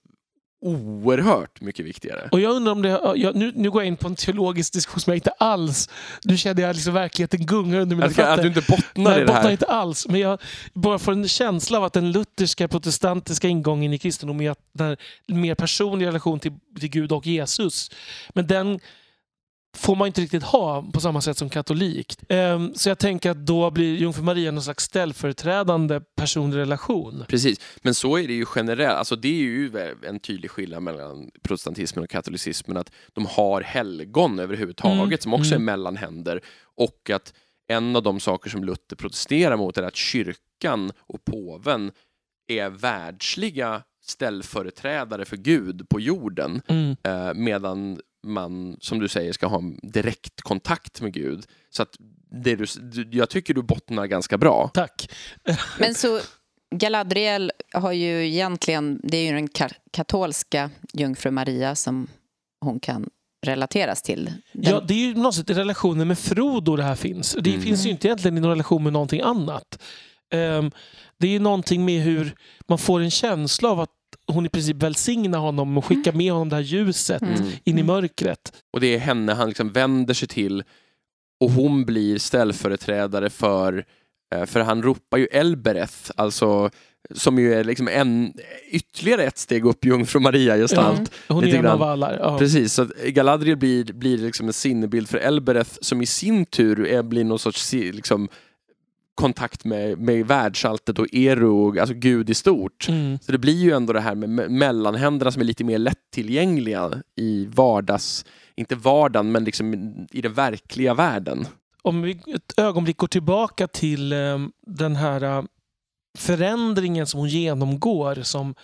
oerhört mycket viktigare. Och jag undrar om det... nu går jag in på en teologisk diskussion som jag inte alls... Nu kände jag liksom verkligen gungar under mina fötter. Att du inte bottnar i det här. Jag bottnar inte alls. Men jag bara får en känsla av att den lutherska protestantiska ingången i kristendom är att den mer personlig relation till Gud och Jesus. Men den får man inte riktigt ha på samma sätt som katolik. Så jag tänker att då blir Jungfru Maria någon slags ställföreträdande personlig relation. Precis, men så är det ju generellt. Alltså det är ju en tydlig skillnad mellan protestantismen och katolicismen, att de har helgon överhuvudtaget som också är mellanhänder, och att en av de saker som Luther protesterar mot är att kyrkan och påven är världsliga ställföreträdare för Gud på jorden, medan man, som du säger, ska ha en direkt kontakt med Gud. Så att jag tycker du bottnar ganska bra. Tack. Men så Galadriel har ju egentligen, det är ju den katolska Jungfru Maria som hon kan relateras till. Ja, det är ju något sätt i relationen med Frodo det här finns. Det finns ju inte egentligen i någon relation med någonting annat. Det är någonting med hur man får en känsla av att hon i princip välsignar honom och skickar med honom det här ljuset in i mörkret. Och det är henne han liksom vänder sig till, och hon blir ställföreträdare för han ropar ju Elbereth, alltså som ju är liksom ytterligare ett steg upp Jungfru Maria-gestalt. Hon är en av alla. Ja. Precis, så att Galadriel blir liksom en sinnebild för Elbereth, som i sin tur blir någon sorts liksom kontakt med världsalltet och Eru, alltså Gud i stort. Så det blir ju ändå det här med mellanhänderna som är lite mer lättillgängliga i inte vardagen, men liksom i den verkliga världen. Om vi ett ögonblick går tillbaka till den här förändringen som hon genomgår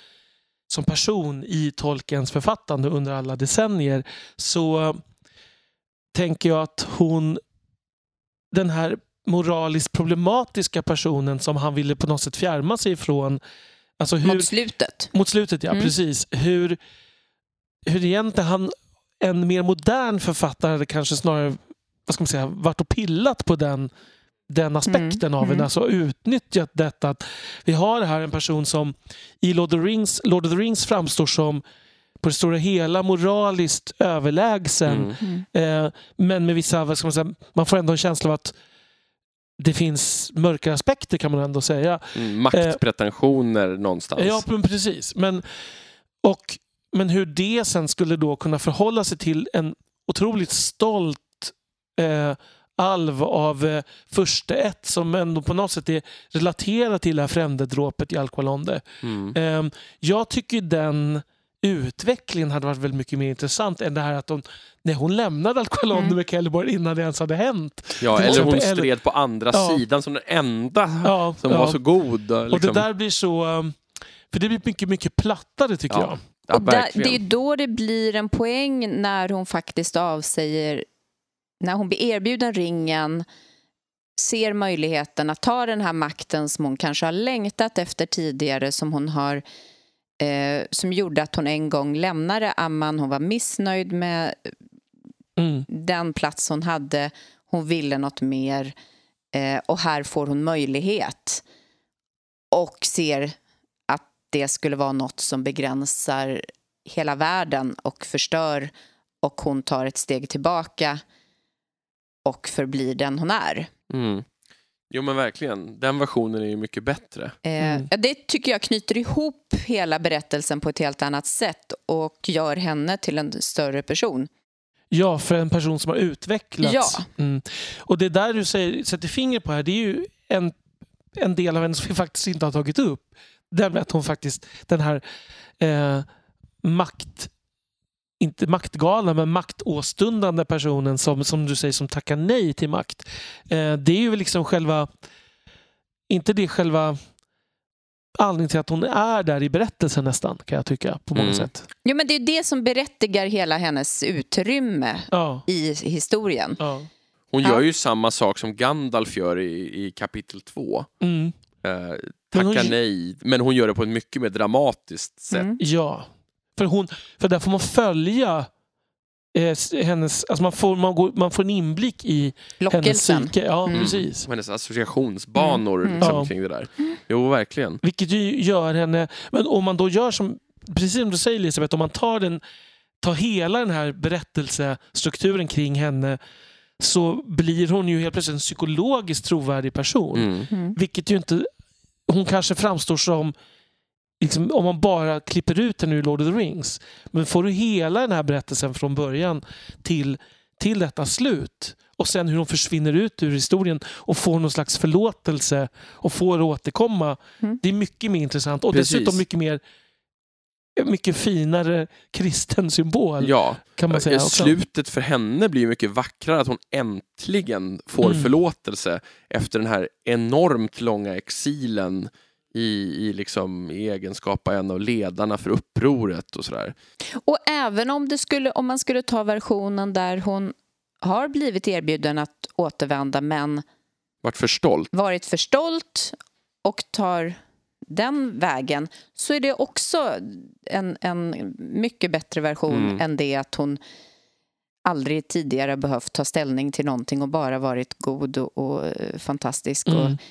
som person i Tolkiens författande under alla decennier, så tänker jag att den här moraliskt problematiska personen som han ville på något sätt fjärma sig ifrån. Alltså Mot slutet. Mot slutet, ja, precis. Hur egentligen en mer modern författare hade kanske snarare, vad ska man säga, varit och pillat på den aspekten av en, alltså utnyttjat detta att vi har här en person som i Lord of the Rings framstår som på det stora hela moraliskt överlägsen, men med vissa, vad ska man säga, man får ändå en känsla av att det finns mörkare aspekter, kan man ändå säga. Maktpretensioner någonstans. Ja, precis. Men hur det sen skulle då kunna förhålla sig till en otroligt stolt alv av första ett som ändå på något sätt är relaterat till det här frändedråpet i Alqualonde. Jag tycker den utvecklingen hade varit väldigt mycket mer intressant än det här att när hon lämnade Alqualonde med Celeborn innan det ens hade hänt. Ja, eller hon stred på andra sidan som den enda som var så god. Liksom. Och det där blir så... För det blir mycket, mycket plattare, tycker jag. Ja, och det är då det blir en poäng när hon faktiskt avsäger, när hon blir erbjuden ringen, ser möjligheten att ta den här makten som hon kanske har längtat efter tidigare, som hon har som gjorde att hon en gång lämnade Amman. Hon var missnöjd med den plats hon hade. Hon ville något mer, och här får hon möjlighet och ser att det skulle vara något som begränsar hela världen och förstör, och hon tar ett steg tillbaka och förblir den hon är. Jo, men verkligen. Den versionen är ju mycket bättre. Det tycker jag knyter ihop hela berättelsen på ett helt annat sätt och gör henne till en större person. Ja, för en person som har utvecklats. Ja. Och det där du sätter finger på här, det är ju en del av henne som vi faktiskt inte har tagit upp. Det med att hon faktiskt, den här inte maktgalna, men maktåstundande personen som du säger, som tackar nej till makt. Det är ju liksom själva anledningen till att hon är där i berättelsen nästan, kan jag tycka, på många sätt. Jo, men det är det som berättigar hela hennes utrymme i historien. Ja. Hon gör ju samma sak som Gandalf gör i kapitel 2. Tackar nej, men hon gör det på ett mycket mer dramatiskt sätt. Ja. För där får man följa hennes, alltså man får en inblick i lockelsen. Hennes psyke. Ja, precis. Och hennes associationsbanor liksom, kring det där. Jo, verkligen. Vilket ju gör henne, men om man då gör som, precis som du säger, Elisabeth, om man tar hela den här berättelsestrukturen kring henne, så blir hon ju helt plötsligt en psykologiskt trovärdig person. Vilket ju inte, hon kanske framstår som, liksom, om man bara klipper ut den ur Lord of the Rings. Men får du hela den här berättelsen från början till detta slut, och sen hur hon försvinner ut ur historien och får någon slags förlåtelse och får återkomma. Det är mycket mer intressant och dessutom mycket finare kristen symbol. Ja, kan man säga också. Slutet för henne blir mycket vackrare, att hon äntligen får förlåtelse efter den här enormt långa exilen i egenskap av en av ledarna för upproret och sådär. Och även om man skulle ta versionen där hon har blivit erbjuden att återvända, men varit för stolt och tar den vägen, så är det också en mycket bättre version än det att hon aldrig tidigare behövt ta ställning till någonting och bara varit god och fantastisk.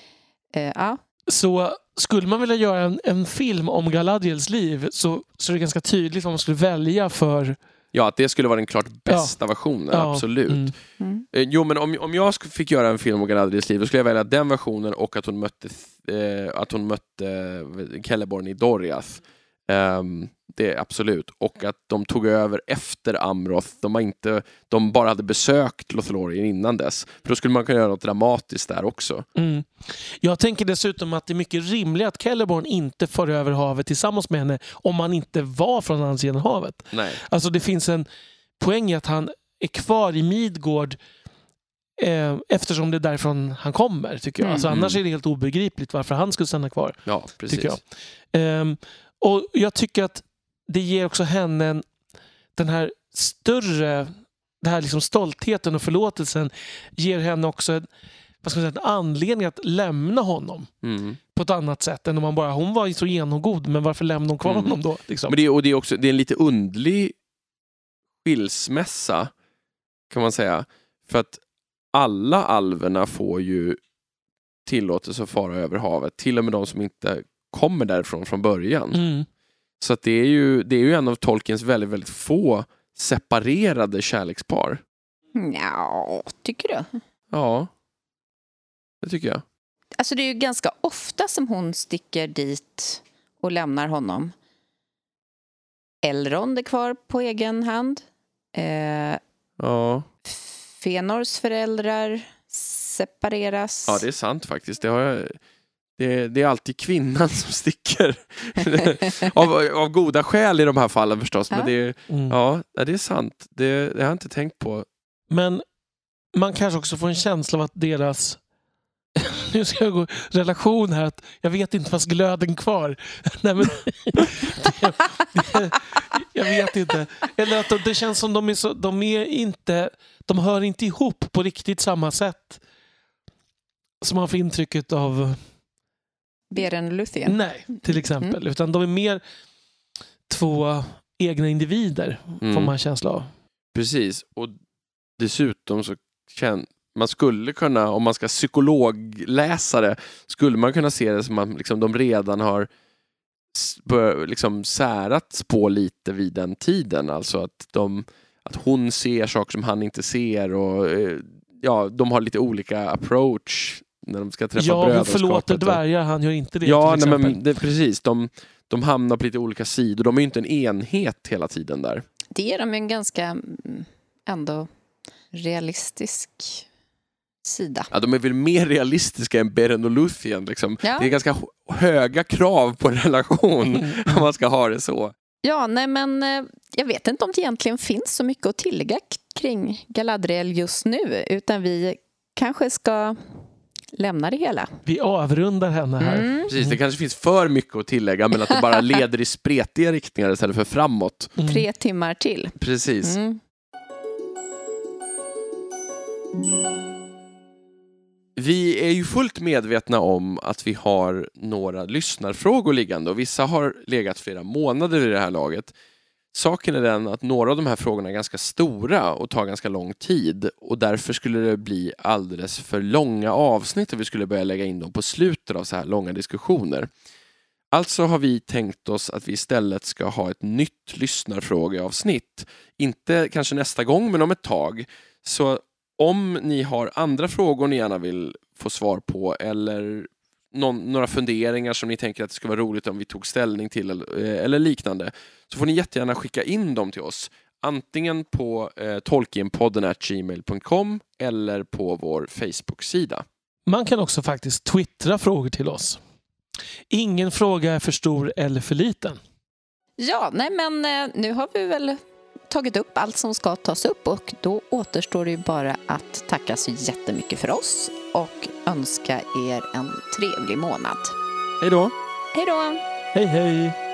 Så skulle man vilja göra en film om Galadriels liv, så är det ganska tydligt vad man skulle välja för. Ja, att det skulle vara den klart bästa versionen, absolut. Jo, men om jag fick göra en film om Galadriels liv, då skulle jag välja den versionen, och att hon mötte Celeborn i Doriath. Det är absolut. Och att de tog över efter Amroth. De bara hade besökt Lothlorien innan dess. För då skulle man kunna göra något dramatiskt där också. Jag tänker dessutom att det är mycket rimligt att Celeborn inte för över havet tillsammans med henne om man inte var från andra sidan havet. Nej. Alltså det finns en poäng i att han är kvar i Midgård eftersom det är därifrån han kommer, tycker jag. Alltså annars är det helt obegripligt varför han skulle stanna kvar. Ja, precis. Tycker jag. Och jag tycker att det ger också henne den här större det här liksom stoltheten och förlåtelsen ger henne också en anledning att lämna honom på ett annat sätt än om man bara, hon var ju så genomgod, men varför lämnar hon kvar honom då? Liksom? Men det är en lite underlig skilsmässa, kan man säga. För att alla alverna får ju tillåtelse att fara över havet, till och med de som inte kommer därifrån från början. Så att det är ju en av Tolkiens väldigt, väldigt få separerade kärlekspar. Ja, tycker du? Ja, det tycker jag. Alltså det är ju ganska ofta som hon sticker dit och lämnar honom. Elrond är kvar på egen hand. Ja. Fëanors föräldrar separeras. Ja, det är sant faktiskt. Det är alltid kvinnan som sticker. av goda skäl i de här fallen förstås. Men det är sant. Det har jag inte tänkt på. Men man kanske också får en känsla av att deras nu ska jag gå relation här, att jag vet inte fast glöden kvar. Nej, men jag vet inte. Eller att det känns som de hör inte ihop på riktigt samma sätt som man får intrycket av Beren och Luthien. Nej, till exempel. Utan de är mer två egna individer, får man känsla av. Precis. Och dessutom så man skulle kunna, om man ska psykologläsa det, skulle man kunna se det som att liksom, de redan har liksom särats på lite vid den tiden. Alltså att hon ser saker som han inte ser, och de har lite olika approach när de ska träffa brödraskapet. Ja, hon förlåter dvärgar, han gör inte det. Ja, nej, men precis. De hamnar på lite olika sidor. De är ju inte en enhet hela tiden där. Det är de en ganska ändå realistisk sida. Ja, de är väl mer realistiska än Beren och Luthien. Liksom. Ja. Det är ganska höga krav på en relation om man ska ha det så. Ja, nej, men jag vet inte om det egentligen finns så mycket att tillägga kring Galadriel just nu, utan vi kanske ska lämna det hela. Vi avrundar henne här. Precis, det kanske finns för mycket att tillägga, men att det bara leder i spretiga riktningar istället för framåt. 3 timmar till. Precis. Vi är ju fullt medvetna om att vi har några lyssnarfrågor liggande, och vissa har legat flera månader i det här laget. Saken är den att några av de här frågorna är ganska stora och tar ganska lång tid, och därför skulle det bli alldeles för långa avsnitt och vi skulle börja lägga in dem på slutet av så här långa diskussioner. Alltså har vi tänkt oss att vi istället ska ha ett nytt lyssnarfrågeavsnitt. Inte kanske nästa gång, men om ett tag. Så om ni har andra frågor ni gärna vill få svar på, eller några funderingar som ni tänker att det skulle vara roligt om vi tog ställning till eller liknande, så får ni jättegärna skicka in dem till oss. Antingen på tolkienpodden@gmail.com eller på vår Facebook-sida. Man kan också faktiskt twittra frågor till oss. Ingen fråga är för stor eller för liten. Ja, nej, men nu har vi väl tagit upp allt som ska tas upp, och då återstår det ju bara att tacka så jättemycket för oss och önska er en trevlig månad. Hej då! Hej då! Hej hej!